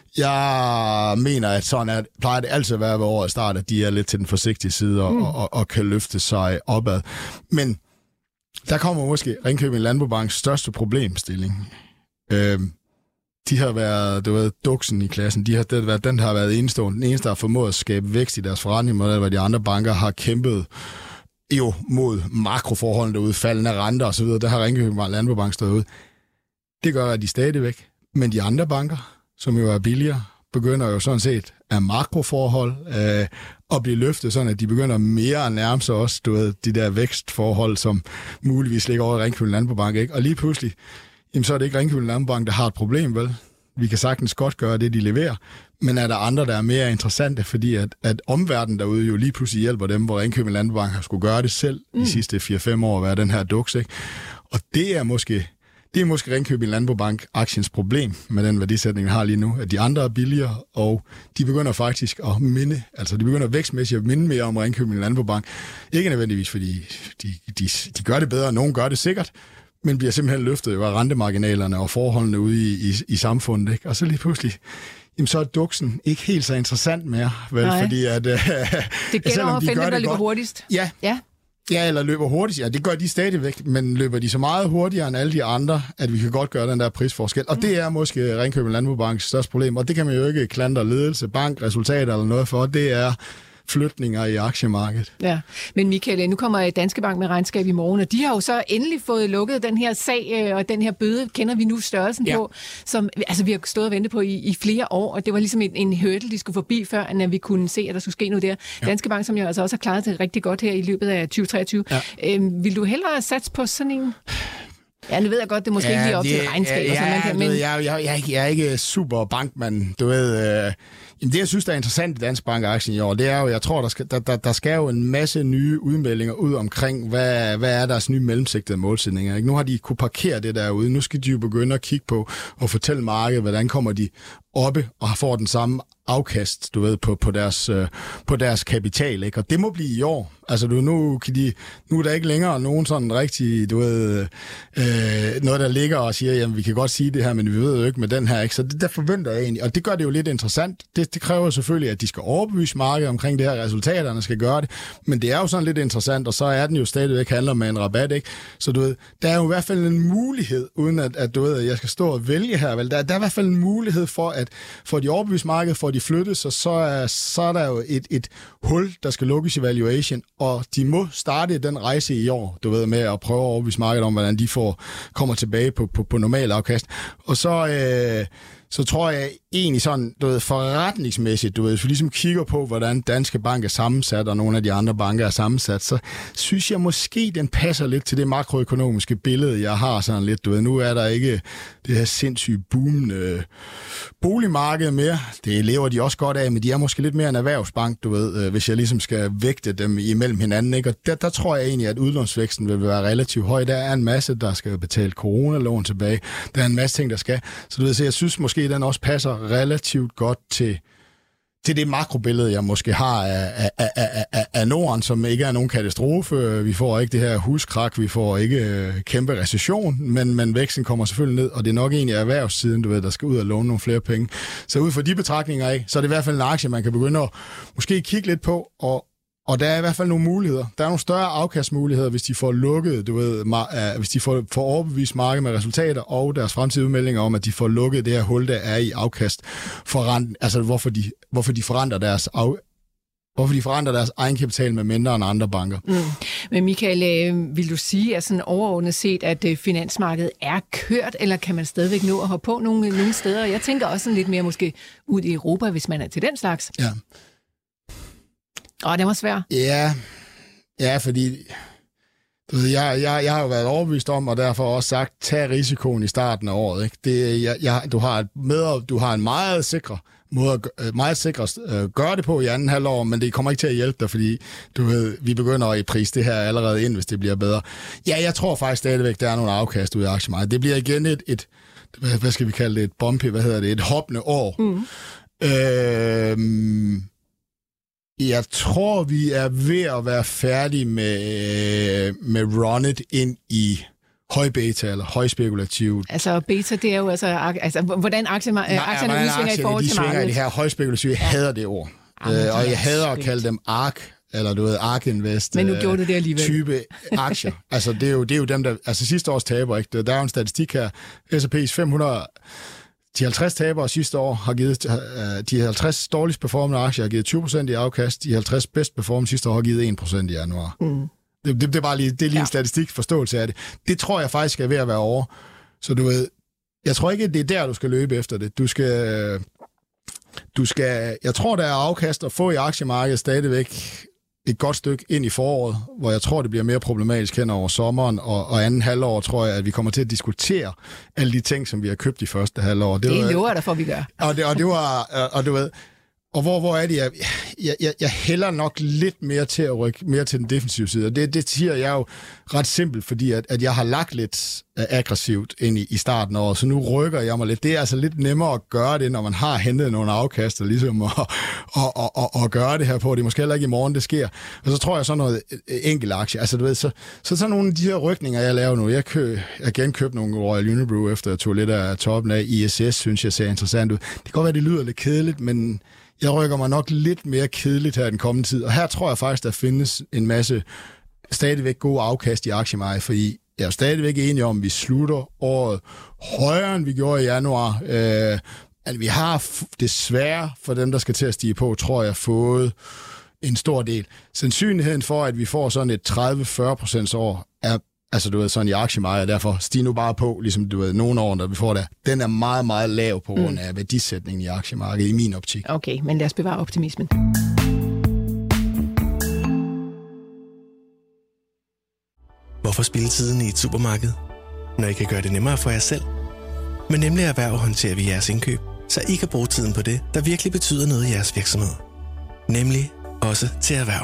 [SPEAKER 4] Jeg mener, at sådan er, plejer det altid at være ved årets start, at de er lidt til den forsigtige side og, mm. og, og, og kan løfte sig opad. Men der kommer måske Ringkøbing Landbobanks største problemstilling. Øhm, De har været, du ved, duksen i klassen. De har, det har været, den har været enestående. Den eneste, der har formået at skabe vækst i deres forretning, hvor de andre banker har kæmpet jo mod makroforholdene derude, faldende renter og så videre. Der har Ringkøbing Landbobank stået ud. Det gør, at de stadigvæk. Men de andre banker, som jo er billigere, begynder jo sådan set af makroforhold øh, at blive løftet, sådan at de begynder mere at nærme sig også, du ved, de der vækstforhold, som muligvis ligger over i Ringkøbing Landbobank, ikke? Og lige pludselig, jamen, så er det ikke Ringkøbing Landbobank, der har et problem, vel? vi kan sagtens godt gøre det, de leverer, men er der andre, der er mere interessante, fordi at, at omverdenen derude jo lige pludselig hjælper dem, hvor Ringkøbing Landbobank har skulle gøre det selv mm. de sidste fire fem år, at være den her duks, ikke? Og det er måske... Det er måske Ringkøbing Landbobank aktiens problem med den værdisætning, vi har lige nu, at de andre er billigere, og de begynder faktisk at minde, altså de begynder vækstmæssigt at minde mere om Ringkøbing Landbobank. Ikke nødvendigvis, fordi de, de, de gør det bedre, og nogen gør det sikkert, men bliver simpelthen løftet jo af rentemarginalerne og forholdene ude i, i, i samfundet. Ikke? Og så lige pludselig, jamen så er duksen ikke helt så interessant mere, vel?
[SPEAKER 3] Nej.
[SPEAKER 4] Fordi at...
[SPEAKER 3] Det gælder om at finde dem, der løber hurtigst.
[SPEAKER 4] Ja.
[SPEAKER 3] Ja.
[SPEAKER 4] Ja, eller løber hurtigt. Ja, det gør de stadigvæk, men løber de så meget hurtigere end alle de andre, at vi kan godt gøre den der prisforskel. Og det er måske Ringkøbing Landbobanks største problem, og det kan man jo ikke klandre ledelse, bank, resultater eller noget for. Det er flytninger i aktiemarkedet.
[SPEAKER 3] Ja, men Michael, nu kommer Danske Bank med regnskab i morgen, og de har jo så endelig fået lukket den her sag, og den her bøde kender vi nu størrelsen ja. på, som altså, vi har stået og ventet på i, i flere år, og det var ligesom en, en hurdle, de skulle forbi, før at vi kunne se, at der skulle ske noget der. Ja. Danske Bank, som jo altså også har klaret det rigtig godt her i løbet af tyve treogtyve. Ja. Øhm, vil du hellere satse på sådan en... Ja, nu ved jeg godt, det er måske ja, ikke lige op det, til regnskab. Ja,
[SPEAKER 4] ja,
[SPEAKER 3] man kan, men...
[SPEAKER 4] jeg, jeg, jeg, jeg, jeg er ikke super bankmand, du ved... Øh, jamen det, jeg synes, der er interessant i Danske Bank-aktien i år, det er jo, jeg tror, der skal, der, der, der skal jo en masse nye udmeldinger ud omkring, hvad, hvad er deres nye mellemsigtede målsætninger. Ikke? Nu har de kunne parkere det derude. Nu skal de jo begynde at kigge på og fortælle markedet, hvordan kommer de oppe og får den samme afkast, du ved, på, på, deres, øh, på deres kapital, ikke? Og det må blive i år. Altså, du, nu, kan de, nu er der ikke længere nogen sådan rigtig, du ved, øh, noget, der ligger og siger, jamen, vi kan godt sige det her, men vi ved jo ikke med den her, ikke? Så det der forventer jeg egentlig, og det gør det jo lidt interessant. Det, det kræver selvfølgelig, at de skal overbevise markedet omkring det her, resultaterne skal gøre det, men det er jo sådan lidt interessant, og så er den jo stadigvæk handler med en rabat, ikke? Så du ved, der er jo i hvert fald en mulighed, uden at, at du ved, at jeg skal stå og vælge her, vel? Der, der er i hvert fald en mulighed for, at for de overbevise markedet, for de flyttes, og så er, så er der jo et, et hul, der skal lukkes i valuation, og de må starte den rejse i år, du ved, med at prøve at overbevise markedet om, hvordan de får, kommer tilbage på, på, på normal afkast. Og så, øh, så tror jeg egentlig sådan, du ved, forretningsmæssigt, du ved, hvis vi ligesom kigger på, hvordan Danske Bank er sammensat, og nogle af de andre banker er sammensat, så synes jeg måske, den passer lidt til det makroøkonomiske billede, jeg har sådan lidt, du ved. Nu er der ikke det her sindssygt boomende boligmarked mere. Det lever de også godt af, men de er måske lidt mere en erhvervsbank, du ved, hvis jeg ligesom skal vægte dem imellem hinanden, ikke? Og der, der tror jeg egentlig, at udlånsvæksten vil være relativt høj. Der er en masse, der skal betale coronalån tilbage. Der er en masse ting, der skal. Så du ved, så jeg synes måske, den også passer relativt godt til, til det makrobillede, jeg måske har af, af, af, af, af Norden, som ikke er nogen katastrofe. Vi får ikke det her huskrak, vi får ikke kæmpe recession, men, men væksten kommer selvfølgelig ned, og det er nok egentlig erhvervssiden, du ved, der skal ud og låne nogle flere penge. Så ud fra de betragtninger af, så er det i hvert fald en aktie, man kan begynde at måske kigge lidt på, og Og der er i hvert fald nogle muligheder. Der er nogle større afkastmuligheder, hvis de får lukket, du ved, mar- hvis de får, får overbevist markedet med resultater og deres fremtidige udmeldinger om, at de får lukket det her hul, der er i afkast forrent, altså hvorfor de, hvorfor de forrenter deres af, hvorfor de forrenter deres egenkapital med mindre end andre banker. Mm.
[SPEAKER 3] Men Michael, vil du sige, at sådan overordnet set, at finansmarkedet er kørt, eller kan man stadigvæk nå at hoppe på nogle, nogle steder? Jeg tænker også sådan lidt mere måske ud i Europa, hvis man er til den slags.
[SPEAKER 4] Ja.
[SPEAKER 3] Åh, det var svært.
[SPEAKER 4] Ja, ja, fordi du ved, jeg, jeg, jeg har jo været overbevist om, og derfor også sagt, tag risikoen i starten af året. Ikke? Det, jeg, jeg, du, har et med, du har en meget sikker måde at meget sikrest øh, gøre det på i anden halvår, men det kommer ikke til at hjælpe dig, fordi du ved, vi begynder at i pris det her allerede ind, hvis det bliver bedre. Ja, jeg tror faktisk stadigvæk, der er nogle afkast ud af aktiemarkedet. Det bliver igen et, et hvad skal vi kalde det, et bumpy, hvad hedder det, et hoppende år. Mm. Øh, Jeg tror, vi er ved at være færdige med, med runnet ind i høj beta eller høj spekulativ.
[SPEAKER 3] Altså beta, det er jo altså, altså hvordan aktierne udsvinger i forhold
[SPEAKER 4] de
[SPEAKER 3] til
[SPEAKER 4] svinger
[SPEAKER 3] markedet.
[SPEAKER 4] I det her højspekulative. Jeg ja. hader det ord. Jamen, øh, og jeg hader at kalde dem ARK, eller du ved, ARK Invest.
[SPEAKER 3] Men nu gjorde du det alligevel.
[SPEAKER 4] Type aktier. Altså det er, jo, det er jo dem, der, altså sidste års taber, ikke? Der er jo en statistik her. S og P's fem hundrede, de halvtreds tabere sidste år har givet, de halvtreds dårligst performende aktier har givet tyve procent i afkast, de halvtreds bedst performende sidste år har givet en procent i januar. Mm. Det, det, det er bare lige, det er lige ja. en statistik forståelse af det. Det tror jeg faktisk er ved at være over. Så du ved, jeg tror ikke, det er der, du skal løbe efter det. Du skal, du skal, jeg tror, der er afkast at få i aktiemarkedet stadigvæk et godt stykke ind i foråret, hvor jeg tror, det bliver mere problematisk hen over sommeren, og, og anden halvår tror jeg, at vi kommer til at diskutere alle de ting, som vi har købt i første halvår.
[SPEAKER 3] Det, det lover der for, vi gør.
[SPEAKER 4] Og det, og det var, og du ved, og hvor, hvor er det, jeg, jeg, jeg, jeg hælder nok lidt mere til at rykke mere til den defensive side, og det, det siger jeg jo ret simpelt, fordi at, at jeg har lagt lidt aggressivt ind i, i starten af året, så nu rykker jeg mig lidt. Det er altså lidt nemmere at gøre det, når man har hentet nogle afkaster, ligesom at, at, at, at, at gøre det her på. Det er måske heller ikke i morgen, det sker. Og så tror jeg så noget enkelt aktie. Altså du ved, så, så sådan nogle af de her rykninger, jeg laver nu. Jeg, kø, jeg genkøbte nogle Royal Unibrew, efter jeg tog lidt af toppen af I S S, synes jeg ser interessant ud. Det kan godt være, det lyder lidt kedeligt, men jeg rykker mig nok lidt mere kedeligt her den kommende tid. Og her tror jeg faktisk, der findes en masse stadigvæk gode afkast i aktiemarkedet, fordi jeg er stadigvæk enig om, at vi slutter året højere, end vi gjorde i januar. Øh, at vi har f- desværre, for dem, der skal til at stige på, tror jeg, fået en stor del. Sandsynligheden for, at vi får sådan et tredive til fyrre procent år, er, altså du ved, sådan i aktiemarkedet, derfor stig nu bare på, ligesom du ved, nogle år, der vi får der, den er meget, meget lav på grund af mm. værdisætningen i aktiemarkedet, i min optik.
[SPEAKER 3] Okay, men lad os bevare optimismen.
[SPEAKER 5] Hvorfor spilde tiden i et supermarked, når I kan gøre det nemmere for jer selv? Men nemlig erhverv håndterer vi jeres indkøb, så I kan bruge tiden på det, der virkelig betyder noget i jeres virksomhed. Nemlig også til erhverv.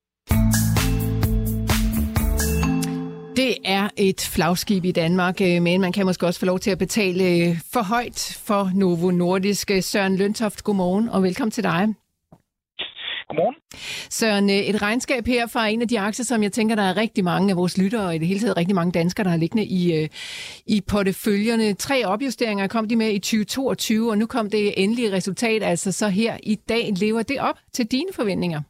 [SPEAKER 3] Det er et flagskib i Danmark, men man kan måske også få lov til at betale for højt for Novo Nordisk. Søren Løntoft, godmorgen og velkommen til dig.
[SPEAKER 6] Godmorgen.
[SPEAKER 3] Søren, et regnskab her fra en af de aktier, som jeg tænker, der er rigtig mange af vores lyttere, og i det hele taget rigtig mange danskere, der har liggende i, i porteføljerne. Tre opjusteringer kom de med i tyve toogtyve, og nu kom det endelige resultat, altså så her i dag. Lever det op til dine forventninger?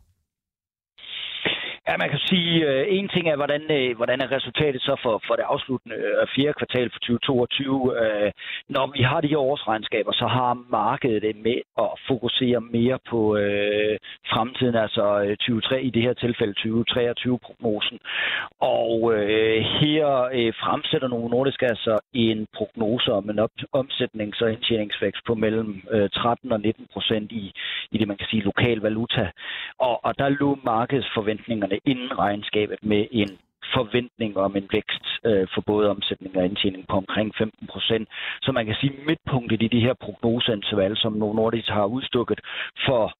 [SPEAKER 6] Ja, man kan sige, uh, en ting er, hvordan, uh, hvordan er resultatet så for, for det afsluttende uh, fjerde kvartal for tyve toogtyve. Uh, når vi har de her årsregnskaber, så har markedet det med at fokusere mere på uh, fremtiden, altså uh, tyve tre, i det her tilfælde tyve treogtyve-prognosen. Og uh, her uh, fremsætter Novo Nordisk altså en prognose om en op- omsætnings- og indtjeningsvækst på mellem uh, tretten og nitten procent i, i det, man kan sige, lokal valuta. Og, og der lå markedsforventningerne inden regnskabet med en forventning om en vækst øh, for både omsætning og indtjening på omkring femten procent. Så man kan sige, at midtpunktet i de her prognoseinterval, som Novo Nordisk har udstukket for,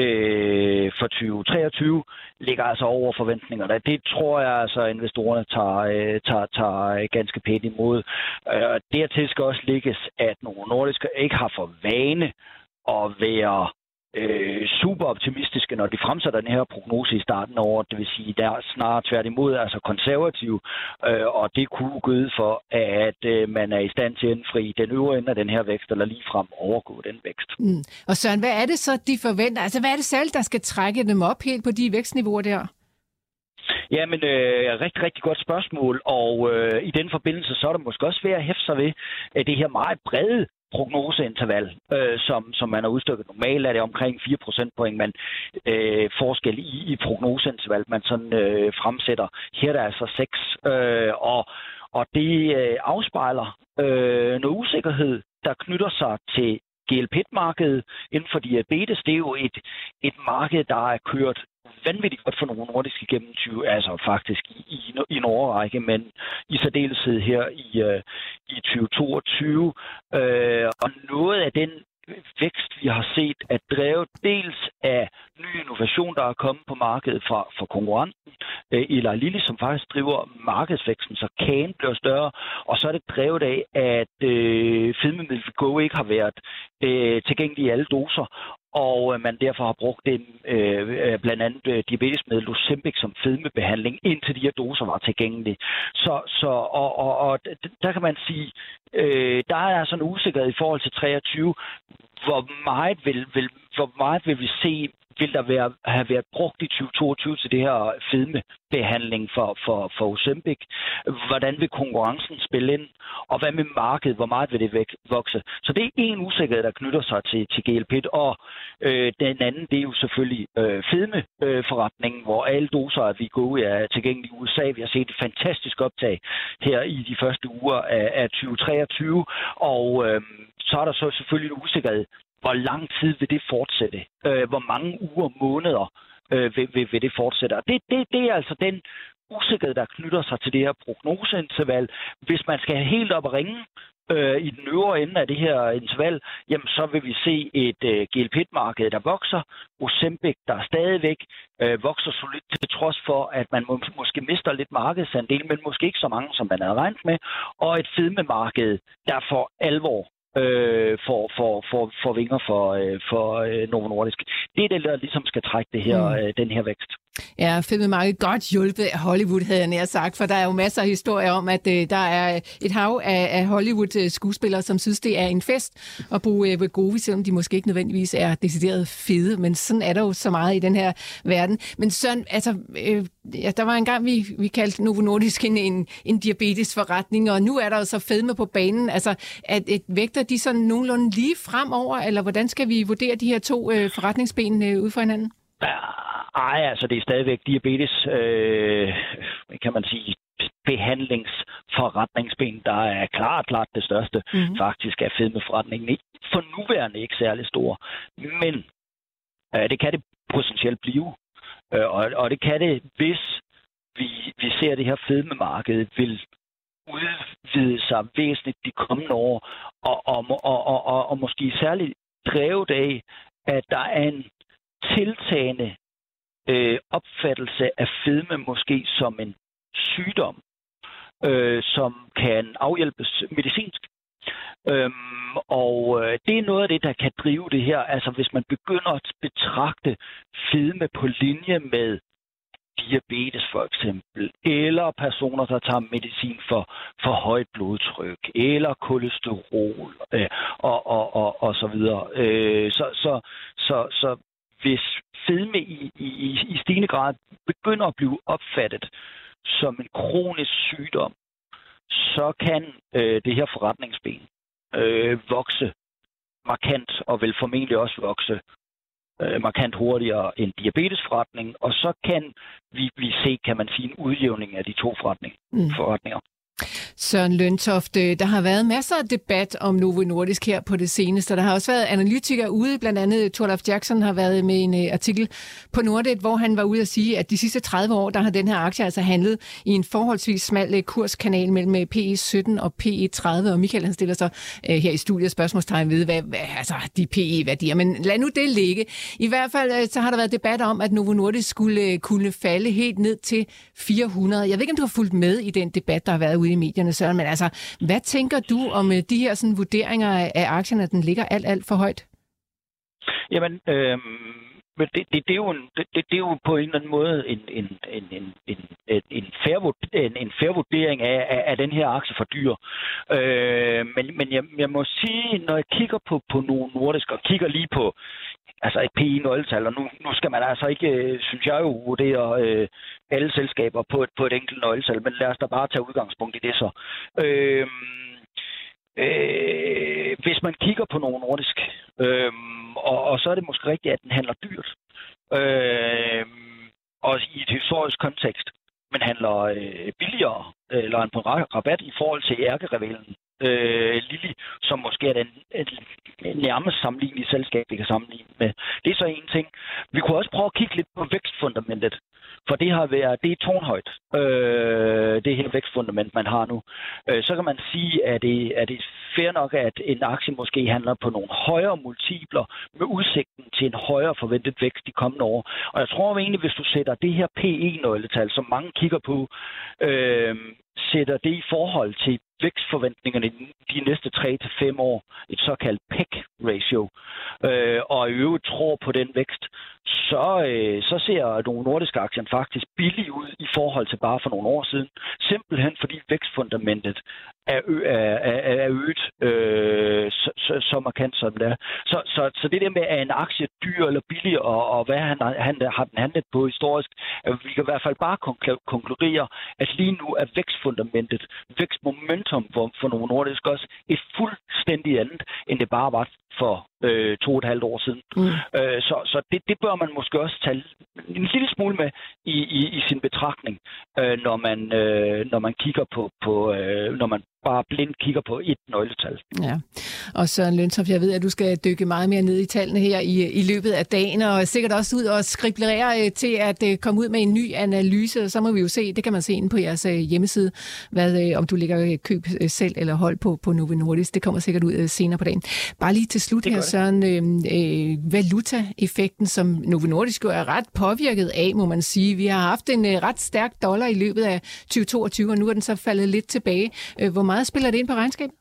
[SPEAKER 6] øh, for tyve treogtyve, ligger altså over forventningerne. Det tror jeg altså, at investorerne tager, øh, tager, tager ganske pænt imod. Øh, dertil skal også ligges, at Novo Nordisk ikke har for vane at være Øh, super optimistiske, når de fremsætter den her prognose i starten af året. Det vil sige, der er snarere tværtimod, altså konservativ, øh, og det kunne gå ud for, at øh, man er i stand til at indfri den øvre ende af den her vækst, eller ligefrem overgå den vækst.
[SPEAKER 3] Mm. Og Søren, hvad er det så, de forventer? Altså, hvad er det selv, der skal trække dem op helt på de vækstniveauer der?
[SPEAKER 6] Jamen, øh, rigtig, rigtig godt spørgsmål, og øh, i den forbindelse, så er det måske også værd at hæfte sig ved, at det her meget brede prognoseinterval, øh, som, som man har udstykket. Normalt er det omkring fire procentpoint, man øh, forskel i, i prognoseinterval, man sådan øh, fremsætter. Her er der altså seks, øh, og, og det øh, afspejler øh, noget usikkerhed, der knytter sig til G L P et-markedet inden for diabetes. Det er jo et, et marked, der er kørt vanvittigt godt for Novo Nordisk igennem tyve, altså faktisk i, i, i en årrække, men i særdeleshed her i, uh, i tyve toogtyve. Uh, og noget af den vækst, vi har set, er drevet dels af ny innovation, der er kommet på markedet fra, fra konkurrenten, uh, Eli Lilly, som faktisk driver markedsvæksten, så kagen bliver større, og så er det drevet af, at uh, fedmemiddel Wegovy ikke har været uh, tilgængelig i alle doser, og man derfor har brugt den, øh, blandt andet øh, diabetesmiddel Ozempic som fedmebehandling, indtil de her doser var tilgængelige. Så, så og, og, og der kan man sige, øh, der er sådan en usikkerhed i forhold til treogtyve. Hvor meget vil, vil, hvor meget vil vi se, vil der være, have været brugt i tyve toogtyve til det her fedmebehandling for, for, for Ozempic? Hvordan vil konkurrencen spille ind? Og hvad med markedet? Hvor meget vil det væk, vokse? Så det er en usikkerhed, der knytter sig til, til G L P et. Og øh, den anden, det er jo selvfølgelig øh, fedmeforretningen, øh, hvor alle doser af Wegovy er tilgængelige i U S A. Vi har set et fantastisk optag her i de første uger af, af tyve treogtyve. Og øh, så er der så selvfølgelig en usikkerhed. Hvor lang tid vil det fortsætte? Øh, hvor mange uger, måneder øh, ved, ved, ved det fortsætter. Og det, det, det er altså den usikkerhed, der knytter sig til det her prognoseinterval. Hvis man skal helt op og ringe øh, i den øvre ende af det her interval, jamen så vil vi se et øh, G L P et-marked, der vokser. Ozempic, der stadigvæk øh, vokser solidt til trods for, at man må, måske mister lidt markedsandel, men måske ikke så mange, som man havde regnet med. Og et fedmemarked, der for alvor øh, for, for, for, for vinger for, øh, for øh, Novo Nordisk. Det er det, der ligesom skal trække det her, mm. øh, den her vækst.
[SPEAKER 3] Ja, fedmemarkedet godt hjulpet af Hollywood, havde jeg nær sagt, for der er jo masser af historier om, at øh, der er et hav af, af Hollywood-skuespillere, som synes, det er en fest at bruge øh, Wegovy, selvom de måske ikke nødvendigvis er decideret fede, men sådan er der jo så meget i den her verden. Men sådan, altså, øh, ja, der var en gang, vi, vi kaldte Novo Nordisk en, en, en diabetesforretning, og nu er der jo så fedme på banen. Altså, at et vægter de sådan nogenlunde lige fremover, eller hvordan skal vi vurdere de her to øh, forretningsben øh, ud for hinanden?
[SPEAKER 6] Ej, altså det er stadigvæk diabetes, øh, kan man sige, behandlingsforretningsben, der er klart, klart det største. Mm-hmm. Faktisk er fedmeforretningen ikke for nuværende ikke særlig stor, men øh, det kan det potentielt blive. Øh, og, og det kan det, hvis vi, vi ser det her fedmemarked vil udvide sig væsentligt de kommende år, og, og, og, og, og, og måske særligt drevet af, at der er en tiltagende øh, opfattelse af fedme måske som en sygdom, øh, som kan afhjælpes medicinsk. Øhm, og øh, det er noget af det, der kan drive det her. Altså hvis man begynder at betragte fedme på linje med diabetes for eksempel, eller personer, der tager medicin for, for højt blodtryk, eller kolesterol, øh, og, og, og, og så videre. Øh, så, så, så, så hvis fedme i, i, i stigende grad begynder at blive opfattet som en kronisk sygdom, så kan øh, det her forretningsben øh, vokse markant, og vil formentlig også vokse øh, markant hurtigere end diabetesforretningen, og så kan vi, vi se, kan man sige, en udjævning af de to forretning, mm. forretninger.
[SPEAKER 3] Søren Løntoft, der har været masser af debat om Novo Nordisk her på det seneste. Der har også været analytikere ude, blandt andet Torleif Jackson har været med en artikel på Nordnet, hvor han var ude at sige, at de sidste tredive år, der har den her aktie altså handlet i en forholdsvis smal kurskanal mellem P E sytten og P E tredive, og Michael han stiller så uh, her i studiet spørgsmålstegn ved, hvad, hvad altså de P E-værdier, men lad nu det ligge. I hvert fald uh, så har der været debat om, at Novo Nordisk skulle uh, kunne falde helt ned til fire hundrede. Jeg ved ikke, om du har fulgt med i den debat, der har været ude i medierne, Søren, men altså, hvad tænker du om de her sådan, vurderinger af aktierne, at den ligger alt, alt for højt?
[SPEAKER 6] Jamen, øh, det, det, det, er jo en, det, det er jo på en eller anden måde en, en, en, en, en, en, fair, en, en fair vurdering af, af, af den her aktie for dyr. Øh, men men jeg, jeg må sige, når jeg kigger på, på Novo Nordisk og kigger lige på altså et P E-nøgletal, og nu, nu skal man altså ikke, synes jeg jo, vurdere øh, alle selskaber på et, på et enkelt nøgletal, men lad os da bare tage udgangspunkt i det så. Øh, øh, hvis man kigger på Novo Nordisk, øh, og, og så er det måske rigtigt, at den handler dyrt, øh, og i et historisk kontekst, men handler øh, billigere, eller en på rabat i forhold til ærkerevalen. Øh, Lilly, som måske er den nærmest sammenlignelige selskab, vi kan sammenligne med. Det er så en ting. Vi kunne også prøve at kigge lidt på vækstfundamentet, for det har været, det er tårnhøjt, øh, det her vækstfundament, man har nu. Øh, så kan man sige, at det, at det er fair nok, at en aktie måske handler på nogle højere multipler med udsigten til en højere forventet vækst de kommende år. Og jeg tror egentlig, hvis du sætter det her P E-nøgletal, som mange kigger på, øh, sætter det i forhold til vækstforventningerne de næste tre til fem år, et såkaldt P E C-ratio, øh, og i øvrigt tror på den vækst, så, øh, så ser Novo Nordisk aktien faktisk billig ud i forhold til bare for nogle år siden. Simpelthen fordi vækstfundamentet er, ø- er, er, er øget øh, så, så, så markant som det er. Så, så, så det der med, at en aktie er dyr eller billig, og, og hvad han, han har den handlet på historisk, vi kan i hvert fald bare konkludere, at lige nu er vækstfundamentet, vækstmomentum for, for Novo Nordisk også et fuldstændig andet, end det bare var for øh, to og et halvt år siden. Mm. Øh, så så det, det bør man måske også tage en lille smule med i, i, i sin betragtning, øh, når man øh, når man kigger på, på øh, når man bare blindt kigger på et nøgletal.
[SPEAKER 3] Ja, og Søren Løntoft, jeg ved, at du skal dykke meget mere ned i tallene her i, i løbet af dagen, og sikkert også ud og skriblere til at komme ud med en ny analyse, og så må vi jo se, det kan man se inde på jeres hjemmeside, hvad, om du ligger køb selv eller hold på, på Novo Nordisk. Det kommer sikkert ud senere på dagen. Bare lige til slut her, Søren, øh, valutaeffekten, som Novo Nordisk er ret påvirket af, må man sige. Vi har haft en øh, ret stærk dollar i løbet af tyve toogtyve, og nu er den så faldet lidt tilbage. Øh, hvor meget spiller det ind på regnskabet?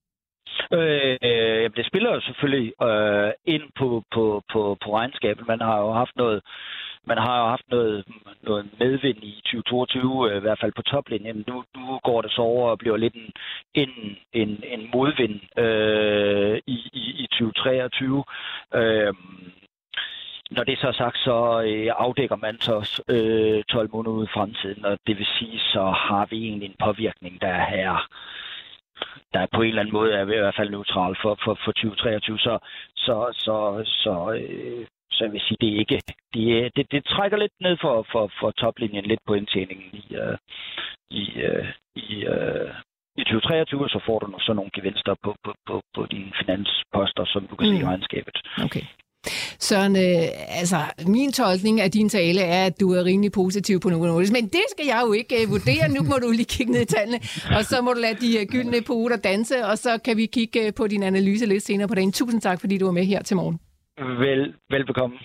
[SPEAKER 6] Øh, det spiller jo selvfølgelig øh, ind på, på, på, på regnskabet. Man har jo haft noget, man har jo haft noget, noget medvind i tyve toogtyve, øh, i hvert fald på toplinjen. Nu, nu går det så over og bliver lidt en, en, en, en modvind øh, i, i, i tyve treogtyve. Øh, Når det så er sagt, så øh, afdækker man så øh, tolv måneder ude i fremtiden, og det vil sige, så har vi egentlig en påvirkning, der er her, der er på en eller anden måde er i hvert fald neutral for, for, for tyve treogtyve. Så, så, så, så, øh, så jeg vil sige, det er ikke, det, det, det trækker lidt ned for, for, for toplinjen, lidt på indtjeningen i, øh, i, øh, i, øh, i tyve treogtyve, så får du så nogle gevinster på, på, på, på dine finansposter, som du kan mm. se i regnskabet.
[SPEAKER 3] Okay. Søren, øh, altså, min tolkning af din tale er, at du er rimelig positiv på Novo Nordisk, men det skal jeg jo ikke uh, vurdere. Nu må du lige kigge ned i tallene, og så må du lade de uh, gyldne poter danse, og så kan vi kigge uh, på din analyse lidt senere på dagen. Tusind tak, fordi du var med her til morgen.
[SPEAKER 6] Vel, velbekomme.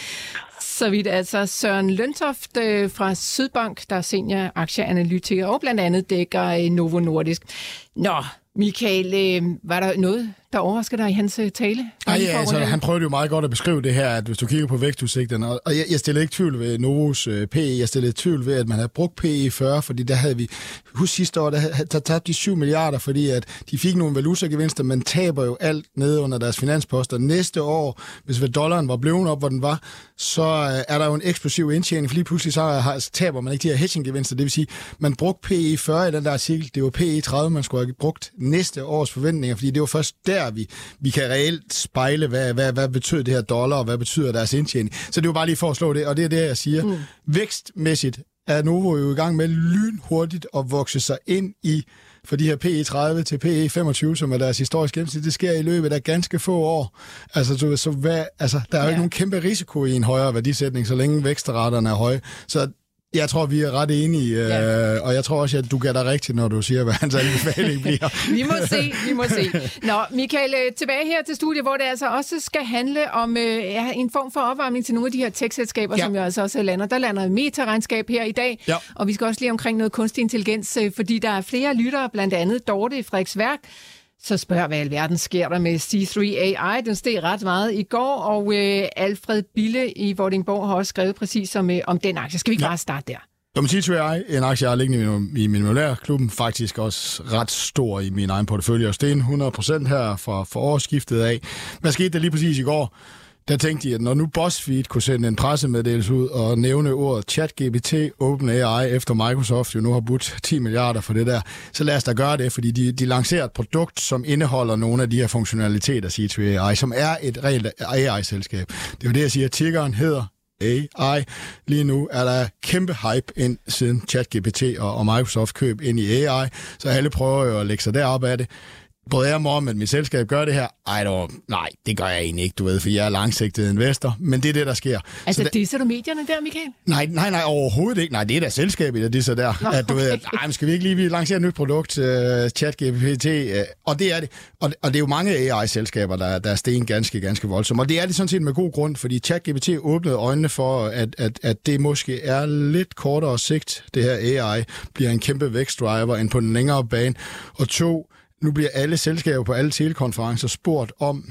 [SPEAKER 3] Så vidt altså Søren Løntoft øh, fra Sydbank, der er senior aktieanalytiker og blandt andet dækker øh, Novo Nordisk. Nå, Michael, øh, var der noget, der overrasker dig i hans øh, tale?
[SPEAKER 4] Ej, ja, altså, han prøvede jo meget godt at beskrive det her, at hvis du kigger på vækstudsigterne, og jeg, jeg stillede ikke tvivl ved Novos øh, P E, jeg stillede tvivl ved, at man havde brugt P E fyrre, fordi der havde vi, husk sidste år, der, der tabte de syv milliarder, fordi at de fik nogle valutagevinster, men taber jo alt nede under deres finansposter. Næste år, hvis dollaren var blevet op, hvor den var, så øh, er der jo en eksplosiv indtjening, for lige pludselig så, har, så taber man ikke de her hedging-gevinster. Det vil sige, man brugte P E fyrre i den der artikel, det var P E tredive, man skulle have brugt næste års forventninger, fordi det var først der, vi, vi kan reelt spejle, hvad, hvad, hvad betyder det her dollar, og hvad betyder deres indtjening. Så det var bare lige for at slå det, og det er det, jeg siger. Mm. Vækstmæssigt er Novo jo i gang med lynhurtigt at vokse sig ind i for de her P E tredive til P E femogtyve, som er deres historiske gennemsnit. Det sker i løbet af ganske få år. Altså, så, så hvad, altså der er jo ja. ikke nogen kæmpe risiko i en højere værdisætning, så længe vækstraterne er høje. Så jeg tror, vi er ret enige, ja. øh, og jeg tror også, at du gætter rigtigt, når du siger, hvad hans anbefaling bliver.
[SPEAKER 3] vi må se, vi må se. Nå, Michael, tilbage her til studiet, hvor det altså også skal handle om øh, en form for opvarmning til nogle af de her tech-selskaber, ja. som jo altså også lander. Der lander Meta-regnskab her i dag, ja. og vi skal også lige omkring noget kunstig intelligens, øh, fordi der er flere lyttere, blandt andet Dorte i Frederiksværk, så spørger, hvad i alverden sker der med C tre A I. Den steg ret meget i går, og øh, Alfred Bille i Vordingborg har også skrevet præcis om, øh, om den aktie. Skal vi ikke ja. bare starte der?
[SPEAKER 4] Som C tre A I, en aktie, jeg har liggende i min millionærklubben, faktisk også ret stor i min egen portefølje, og sten hundrede procent her fra, fra årsskiftet af. Hvad skete der lige præcis i går? Der tænkte de, at når nu BuzzFeed kunne sende en pressemeddelelse ud og nævne ordet ChatGPT, OpenAI, efter Microsoft jo nu har budt ti milliarder for det der, så lad os da gøre det, fordi de, de lancerer et produkt, som indeholder nogle af de her funktionaliteter, C tre A I, som er et reelt A I-selskab. Det er jo det, jeg siger, tiggeren hedder A I. Lige nu er der kæmpe hype ind siden ChatGPT og, og Microsoft køb ind i A I, så alle prøver jo at lægge sig derop af det. Både jeg og om, at mit selskab gør det her. Ej, dog, nej, det gør jeg egentlig ikke, du ved, for jeg er langsigtet investor. Men det er det, der sker.
[SPEAKER 3] Altså,
[SPEAKER 4] så
[SPEAKER 3] disser du medierne der, Michael?
[SPEAKER 4] Nej, nej, nej, overhovedet ikke. Nej, det er da selskabet, der disser der. Nå, at, du okay. ved, at, ej, skal vi ikke lige vi lancere et nyt produkt, uh, ChatGPT? Uh, og det er det. Og, og det er jo mange A I-selskaber, der, der er sten ganske, ganske voldsomt. Og det er det sådan set med god grund, fordi ChatGPT åbnede øjnene for, at, at, at det måske er lidt kortere sigt, det her A I bliver en kæmpe vækstdriver end på den længere bane. Og to, nu bliver alle selskaber på alle telekonferencer spurgt om,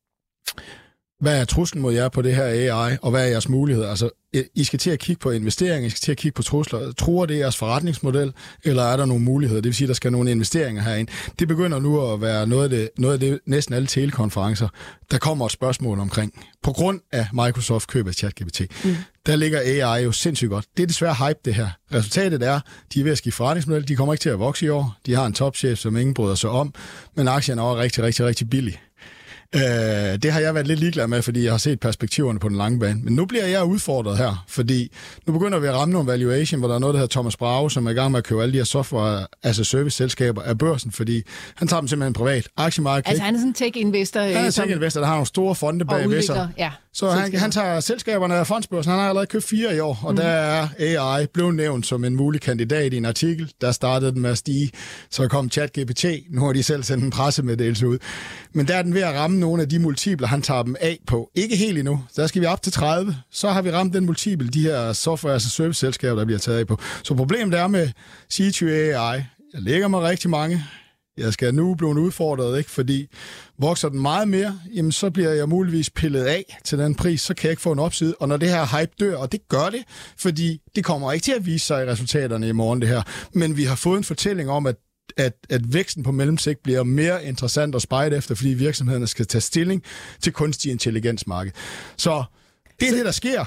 [SPEAKER 4] hvad er truslen mod jer på det her A I, og hvad er jeres muligheder? Altså, I skal til at kigge på investeringer, I skal til at kigge på trusler. Tror det jeres forretningsmodel, eller er der nogle muligheder? Det vil sige, at der skal nogle investeringer herind. Det begynder nu at være noget af det, noget af det næsten alle telekonferencer, der kommer et spørgsmål omkring. På grund af Microsoft køb af ChatGPT, mm. der ligger A I jo sindssygt godt. Det er desværre hype, det her. Resultatet er, de er ved at skifte forretningsmodel. De kommer ikke til at vokse i år. De har en topchef, som ingen bryder sig om, men aktien er også rigtig, rigtig, rigtig billig. Øh, det har jeg været lidt ligeglad med, fordi jeg har set perspektiverne på den lange bane. Men nu bliver jeg udfordret her, fordi nu begynder vi at ramme nogle valuation, hvor der er noget, der hedder Thomas Brage, som er i gang med at købe alle de her software as a service-selskaber af børsen, fordi han tager dem simpelthen privat. Aktiemarkedet.
[SPEAKER 3] Altså han er sådan en tech-investor.
[SPEAKER 4] Han er en tech-investor, der har nogle store fonde bag sig.
[SPEAKER 3] Ja,
[SPEAKER 4] så han, han tager selskaberne af fondsbørsen. Han har allerede købt fire i år, og mm. der er A I blevet nævnt som en mulig kandidat i en artikel. Der startede den med at stige. Så kom ChatGPT. Nu har de selv sendt en pressemeddelelse ud. Men der er den ved at ramme nogle af de multipler, han tager dem af på. Ikke helt endnu. Der skal vi op til tredive. Så har vi ramt den multiple, de her software as a service-selskaber, der bliver taget af på. Så problemet er med C to A I. Jeg lægger mig rigtig mange. Jeg skal nu blive udfordret, ikke? Fordi vokser den meget mere, jamen så bliver jeg muligvis pillet af til den pris, så kan jeg ikke få en opside. Og når det her hype dør, og det gør det, fordi det kommer ikke til at vise sig i resultaterne i morgen, det her. Men vi har fået en fortælling om, at At, at væksten på mellemsigt bliver mere interessant at spejde efter, fordi virksomhederne skal tage stilling til kunstig intelligensmarked. Så det er det, der sker.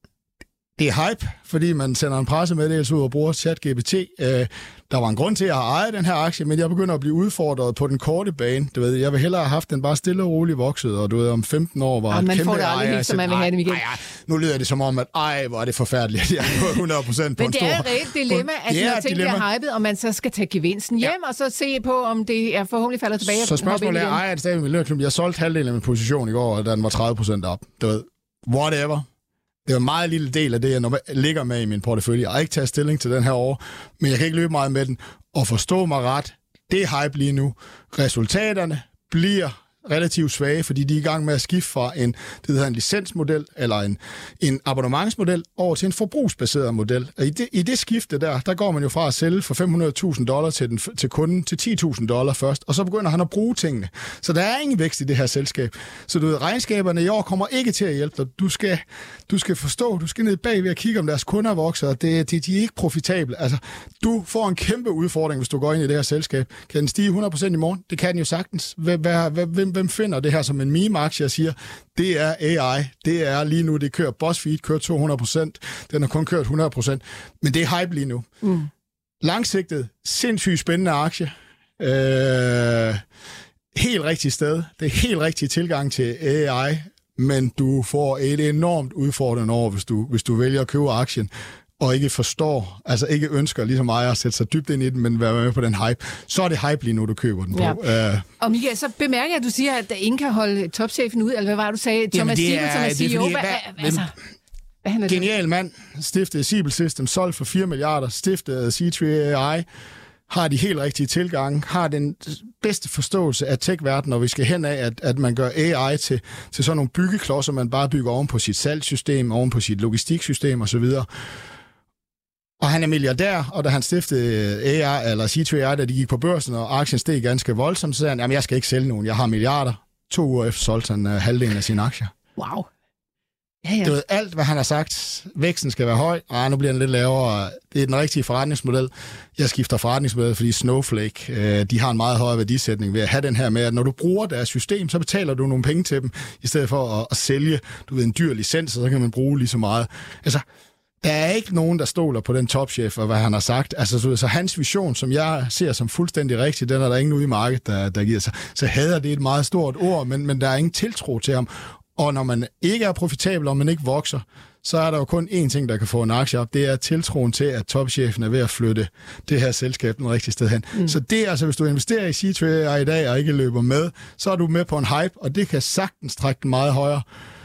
[SPEAKER 4] Det er hype, fordi man sender en pressemeddelelse ud og bruger ChatGPT. Øh, der var en grund til, at jeg har ejet den her aktie, men jeg begynder at blive udfordret på den korte bane. Du ved, jeg vil hellere have haft den bare stille og roligt vokset, og du ved, om femten år var
[SPEAKER 3] ja,
[SPEAKER 4] et
[SPEAKER 3] man
[SPEAKER 4] kæmpe
[SPEAKER 3] får det aldrig helt, som man vil have det igen.
[SPEAKER 4] Ej, ej, nu lyder det som om, at ej, hvor er det forfærdeligt. Jeg er hundrede procent på
[SPEAKER 3] men
[SPEAKER 4] en
[SPEAKER 3] det
[SPEAKER 4] stor...
[SPEAKER 3] er et reelt dilemma, at
[SPEAKER 4] ja,
[SPEAKER 3] når ting bliver hypet, og man så skal tage gevinsten hjem, ja. og så se på, om det er forhåbentlig falder tilbage.
[SPEAKER 4] Så spørgsmålet er, ej, er det stadig en miljøklub? Jeg solgte halvdelen af min position i går, og den var tredive procent op. Du ved, whatever. Det er en meget lille del af det, jeg ligger med i min portefølje. Jeg har ikke taget stilling til den her år, men jeg kan ikke løbe meget med den. Og forstå mig ret, det er hype lige nu. Resultaterne bliver relativt svage, fordi de er i gang med at skifte fra en, det hedder en licensmodel, eller en, en abonnementsmodel, over til en forbrugsbaseret model. Og i det, i det skifte der, der går man jo fra at sælge for fem hundrede tusind dollar til, den, til kunden til ti tusind dollar først, og så begynder han at bruge tingene. Så der er ingen vækst i det her selskab. Så du ved, regnskaberne i år kommer ikke til at hjælpe dig. Du skal, du skal forstå, du skal ned bagved og kigge, om deres kunder vokser, og det, det, de er ikke profitable. Altså, du får en kæmpe udfordring, hvis du går ind i det her selskab. Kan den stige hundrede procent i morgen? Det kan den jo sagtens. Hvem, hvem, hvem finder det her som en meme-aktie og siger, det er A I, det er lige nu, det kører BuzzFeed, kører to hundrede procent, den har kun kørt hundrede procent, men det er hype lige nu. Mm. Langsigtet, sindssygt spændende aktie. Øh, helt rigtigt sted, det er helt rigtig tilgang til A I, men du får et enormt udfordrende over, hvis du, hvis du vælger at købe aktien, og ikke forstår, altså ikke ønsker ligesom mig at sætte sig dybt ind i den, men være med på den hype, så er det hype lige nu, du køber den på.
[SPEAKER 3] Ja. Uh, og Michael, så bemærker jeg, at du siger, at ingen kan holde topchefen ud, eller hvad var det, du sagde? Thomas Siebel, som er C E O.
[SPEAKER 4] Genial mand, stiftede Siebel System, solgt for fire milliarder, stiftede C to A I, har de helt rigtige tilgange, har den bedste forståelse af tech-verdenen, og vi skal hen af, at, at man gør A I til, til sådan nogle byggeklodser, man bare bygger oven på sit salgssystem, oven på sit logistiksystem osv., og han er milliardær, og da han stiftede A I, eller C to A I, da de gik på børsen, og aktien steg ganske voldsomt, så sagde han, jamen jeg skal ikke sælge nogen, jeg har milliarder. To uger efter solgte han uh, halvdelen af sine aktier.
[SPEAKER 3] Wow. Ja, ja.
[SPEAKER 4] Du ved, alt hvad han har sagt, væksten skal være høj, og nu bliver den lidt lavere. Det er den rigtige forretningsmodel. Jeg skifter forretningsmodel, fordi Snowflake, øh, de har en meget højere værdisætning ved at have den her med, at når du bruger deres system, så betaler du nogle penge til dem, i stedet for at, at sælge, du ved, en dyr licens, og så kan man bruge lige så meget. Altså, der er ikke nogen, der stoler på den topchef og hvad han har sagt. Altså, så, så hans vision, som jeg ser som fuldstændig rigtig, den er der ingen ude i markedet, der, der giver sig. Så hader det et meget stort ord, men, men der er ingen tiltro til ham. Og når man ikke er profitabel, og man ikke vokser, så er der jo kun én ting, der kan få en aktie op. Det er tiltroen til, at topchefen er ved at flytte det her selskab den rigtige sted hen. Mm. Så det er altså, hvis du investerer i C to A I i dag og ikke løber med, så er du med på en hype, og det kan sagtens trække den meget højere.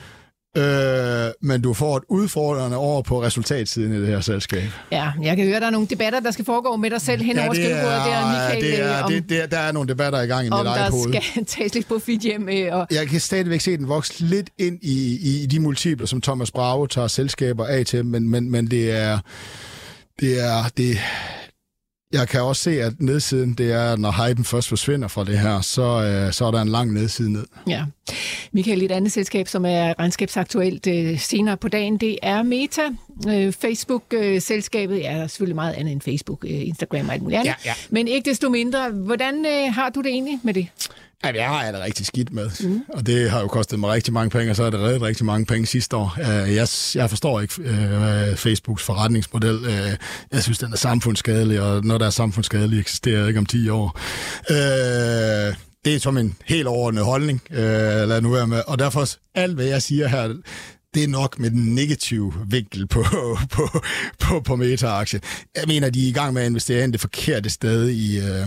[SPEAKER 4] Øh, men du får et udfordrende over på resultatsiden i det her selskab.
[SPEAKER 3] Ja, jeg kan høre, der er nogle debatter, der skal foregå med dig selv hen over ja, skrivebordet. Der er Michael,
[SPEAKER 4] det er,
[SPEAKER 3] om,
[SPEAKER 4] det, det, der er nogle debatter i gang i mit eget hoved.
[SPEAKER 3] Om der skal tages lidt profit hjem. Og...
[SPEAKER 4] Jeg kan stadigvæk se den vokse lidt ind i, i de multipler, som Thomas Brage tager selskaber af til, men, men, men det er... Det er... Det, jeg kan også se, at nedsiden, det er, når hypen først forsvinder fra det her, så, øh, så er der en lang nedside ned.
[SPEAKER 3] Ja. Michael, et andet selskab, som er regnskabsaktuelt øh, senere på dagen, det er Meta. Øh, Facebook-selskabet, øh, ja, der er selvfølgelig meget andet end Facebook, øh, Instagram og alt muligt andet. Ja, ja. Men ikke desto mindre, hvordan øh, har du det egentlig med det?
[SPEAKER 4] Ja, jeg har det rigtig skidt med, mm. og det har jo kostet mig rigtig mange penge, og så har det reddet rigtig mange penge sidste år. Jeg, jeg forstår ikke uh, Facebooks forretningsmodel. Uh, jeg synes, den er samfundsskadelig, og når der er samfundsskadelig, eksisterer ikke om ti år. Uh, det er som en helt overordnet holdning, øh, lad nu være med. Og derfor, alt hvad jeg siger her, det er nok med den negative vinkel på, på, på, på Meta-aktie. Jeg mener, de er i gang med at investere ind det forkerte sted i, øh,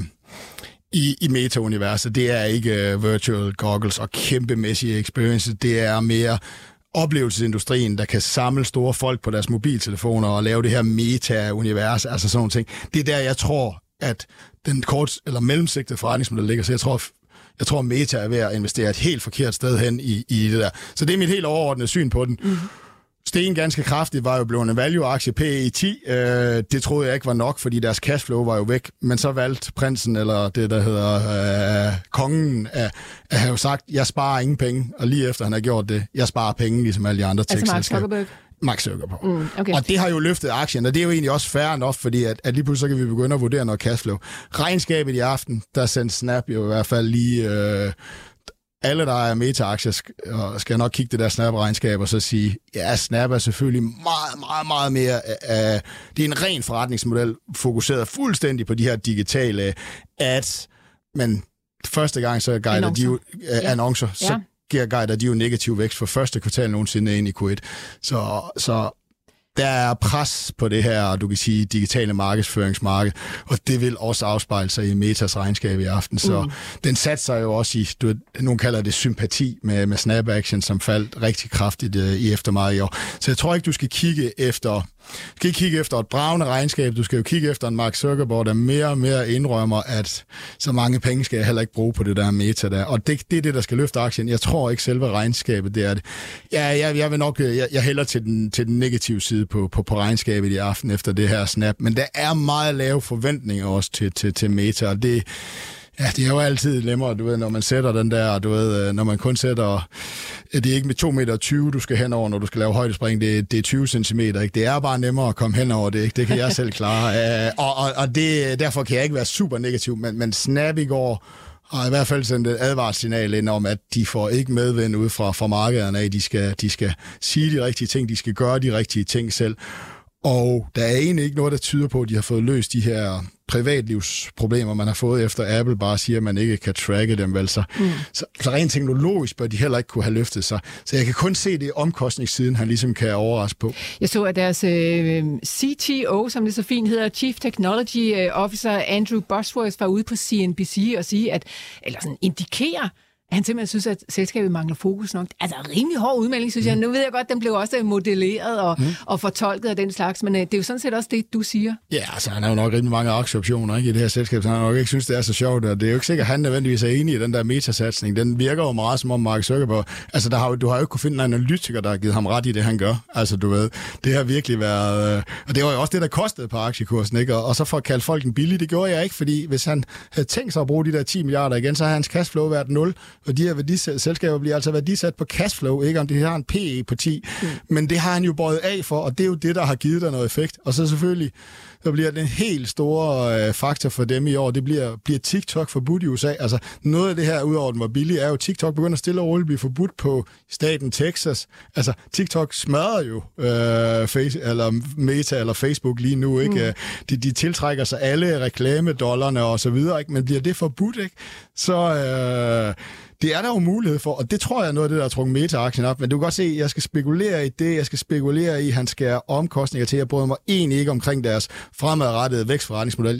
[SPEAKER 4] i, i Meta-universet. Det er ikke uh, virtual goggles og kæmpemæssige experiences. Det er mere oplevelsesindustrien, der kan samle store folk på deres mobiltelefoner og lave det her meta-univers, altså sådan nogle ting. Det er der, jeg tror, at den kort- eller mellemsigtede forretningsmodel ligger. Så jeg tror, jeg tror, Meta er ved at investere et helt forkert sted hen i, i det der. Så det er mit helt overordnede syn på den. Mm-hmm. Sten ganske kraftigt var jo blevet en value-aktie P E ti. Øh, det troede jeg ikke var nok, fordi deres cashflow var jo væk. Men så valgte prinsen, eller det, der hedder øh, kongen, at, at have sagt, jeg sparer ingen penge. Og lige efter han har gjort det, jeg sparer penge, ligesom alle de andre tech-selskaber.
[SPEAKER 3] Altså Mark Zuckerberg?
[SPEAKER 4] Mark Zuckerberg.
[SPEAKER 3] Mm, okay.
[SPEAKER 4] Og det har jo løftet aktien, og det er jo egentlig også fair nok, fordi at, at lige pludselig så kan vi begynde at vurdere noget cashflow. Regnskabet i aften, der sendte Snap jo i hvert fald lige... Øh, alle, der er Meta-aktier, skal nok kigge det der Snap-regnskab og så sige, ja, Snap er selvfølgelig meget, meget, meget mere... Uh, det er en ren forretningsmodel, fokuseret fuldstændig på de her digitale ads, men første gang så guider annoncer. de jo... Uh, ja. Annoncer, så ja. giver guider de jo negativ vækst for første kvartal nogensinde ind i Q et. Så... så der er pres på det her, du kan sige, digitale markedsføringsmarked, og det vil også afspejle sig i Metas regnskab i aften. Så mm. den satser jo også i, du, nogen kalder det sympati med, med Snap Action, som faldt rigtig kraftigt uh, i eftermiddag i år. Så jeg tror ikke, du skal kigge efter... Du skal ikke kigge efter et bragende regnskab, du skal jo kigge efter en Mark Zuckerberg, der mere og mere indrømmer, at så mange penge skal jeg heller ikke bruge på det der Meta der. Og det, det er det, der skal løfte aktien. Jeg tror ikke selve regnskabet, det er det. Ja, jeg, jeg vil nok, jeg, jeg hælder til den, til den negative side på, på, på regnskabet i aften efter det her Snap. Men der er meget lave forventninger også til, til, til Meta, og det... Ja, det er jo altid nemmere, du ved, når man sætter den der, du ved, når man kun sætter, det er ikke med to komma tyve meter, du skal henover, når du skal lave højdespring, det, det er tyve centimeter, ikke? Det er bare nemmere at komme henover det, ikke? Det kan jeg selv klare. og og, og det, derfor kan jeg ikke være super negativ, men, men Snap i går har i hvert fald sendt et advarssignal ind om, at de får ikke medvind ud fra, fra markederne af. De skal, de skal sige de rigtige ting, de skal gøre de rigtige ting selv. Og der er egentlig ikke noget, der tyder på, at de har fået løst de her privatlivsproblemer, man har fået efter Apple bare siger, at man ikke kan tracke dem. Vel? Så, mm. så, så rent teknologisk bør de heller ikke kunne have løftet sig. Så jeg kan kun se det omkostningssiden, han ligesom kan overraske på. Jeg
[SPEAKER 3] så, at deres øh, C T O, som det så fint hedder, Chief Technology Officer Andrew Bosworth, var ude på C N B C og sige, at, eller sådan indikere, han simpelthen synes, at selskabet mangler fokus nok. Altså, rimelig hård udmelding, synes jeg. Mm. Nu ved jeg godt, at den blev også modelleret og, mm. og fortolket af den slags, men uh, det er jo sådan set også det, du siger.
[SPEAKER 4] Ja, altså, han har jo nok rimelig mange aktieoptioner ikke, i det her selskab, så han nok ikke synes, det er så sjovt, og det er jo ikke sikkert, at han nødvendigvis er enig i den der metasatsning. Den virker jo meget som om Mark Zuckerberg. Altså, der har, du har jo ikke kunne finde en analytiker, der har givet ham ret i det, han gør. Altså, du ved, det har virkelig været... Øh, og det var jo også det, der kostede på aktiekursen, ikke? Og, og så for at kalde folk en billig, det gjorde jeg ikke, fordi hvis han havde tænkt sig at bruge de der ti milliarder igen, så har hans cashflow været nul. Og de her værdiselskaber bliver altså værdisat på cashflow, ikke om de har en P E på ti. Mm. Men det har han jo bøjet af for, og det er jo det, der har givet dig noget effekt. Og så selvfølgelig, så bliver det en helt store øh, faktor for dem i år. Det bliver, bliver TikTok forbudt i U S A. Altså noget af det her, udover den var billig, er jo, TikTok begynder stille og roligt at blive forbudt på staten Texas. Altså TikTok smadrer jo øh, face, eller Meta eller Facebook lige nu, ikke? Mm. De, de tiltrækker sig alle reklamedollarne og så videre, ikke? Men bliver det forbudt, ikke? Så... Øh, det er der jo mulighed for, og det tror jeg er noget af det, der har trukket Meta-aktien op, men du kan godt se, at jeg skal spekulere i det, jeg skal spekulere i, at han skal omkostninger til. Jeg bryder mig egentlig ikke omkring deres fremadrettede vækstforretningsmodel.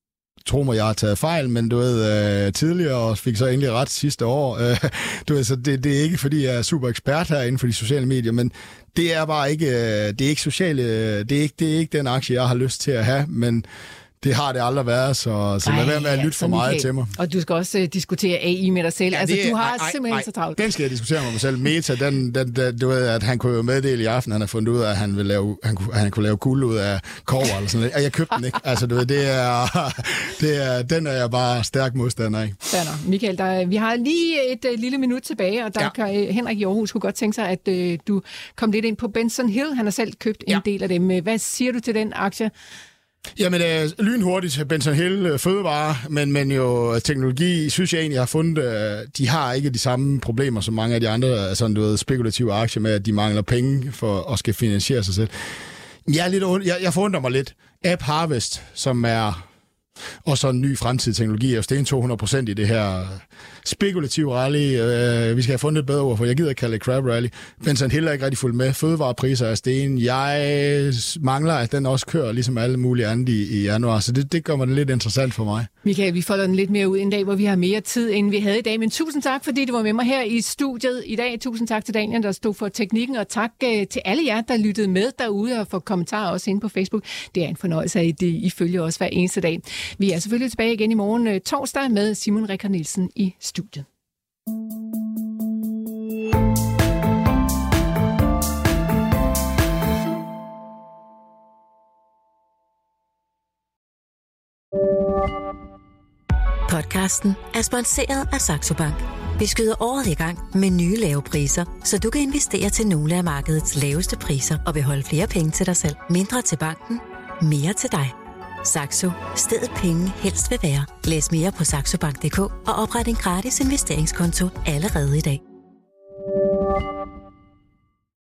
[SPEAKER 4] Tro mig, jeg har taget fejl, men du ved, øh, tidligere og fik så endelig ret sidste år. Øh, du ved, så det, det er ikke, fordi jeg er super ekspert her inden for de sociale medier, men det er bare ikke, det er ikke sociale, det er ikke, det er ikke den aktie, jeg har lyst til at have, men det har det aldrig været, så, så lad være med at lytte for meget til mig.
[SPEAKER 3] Og du skal også uh, diskutere A I med dig selv. Ja, altså, det, du har ej, simpelthen ej, så travlt.
[SPEAKER 4] Den skal jeg diskutere med mig selv. Meta, den, den, den, du ved, at han kunne jo meddele i aften, han har fundet ud af, at han, vil lave, han, kunne, han kunne lave guld ud af kobber eller sådan noget. Og jeg købte den ikke. Altså, du ved, det er, det er, den er jeg bare stærk modstander af.
[SPEAKER 3] Ja, Michael, der, vi har lige et uh, lille minut tilbage, og der ja. kan, uh, Henrik i Aarhus kunne godt tænke sig, at uh, du kom lidt ind på Benson Hill. Han har selv købt ja. en del af dem. Hvad siger du til den aktie?
[SPEAKER 4] Jamen, øh, lynhurtigt, Benson Hill, øh, fødevare, men, men jo teknologi, synes jeg egentlig har fundet, øh, de har ikke de samme problemer som mange af de andre, altså, du ved, spekulative aktier med, at de mangler penge for at skal finansiere sig selv. Jeg, er lidt, jeg, jeg forundrer mig lidt. App Harvest, som er og så en ny fremtidig teknologi. Jeg er sten to hundrede procent i det her spekulative rally. Øh, vi skal have fundet et bedre ord, for jeg gider ikke kalde det crab rally. Benson Hill er ikke rigtig fuldt med. Fødevarepriser er sten. Jeg mangler, at den også kører ligesom alle mulige andre i, i januar, så det, det gør mig lidt interessant for mig.
[SPEAKER 3] Michael, vi folder den lidt mere ud en dag, hvor vi har mere tid, end vi havde i dag. Men tusind tak, fordi du var med mig her i studiet i dag. Tusind tak til Daniel, der stod for teknikken, og tak øh, til alle jer, der lyttede med derude og for kommentarer også inde på Facebook. Det er en fornøjelse, at I følger os hver eneste dag. Vi er selvfølgelig tilbage igen i morgen øh, torsdag med Simon Rikker Nielsen i studiet.
[SPEAKER 1] Podcasten er sponsoreret af Saxo Bank. Vi skyder året i gang med nye lave priser, så du kan investere til nogle af markedets laveste priser og beholde flere penge til dig selv. Mindre til banken, mere til dig. Saxo. Stedet penge helst vil være. Læs mere på saxobank punktum d k og opret en gratis investeringskonto allerede i dag.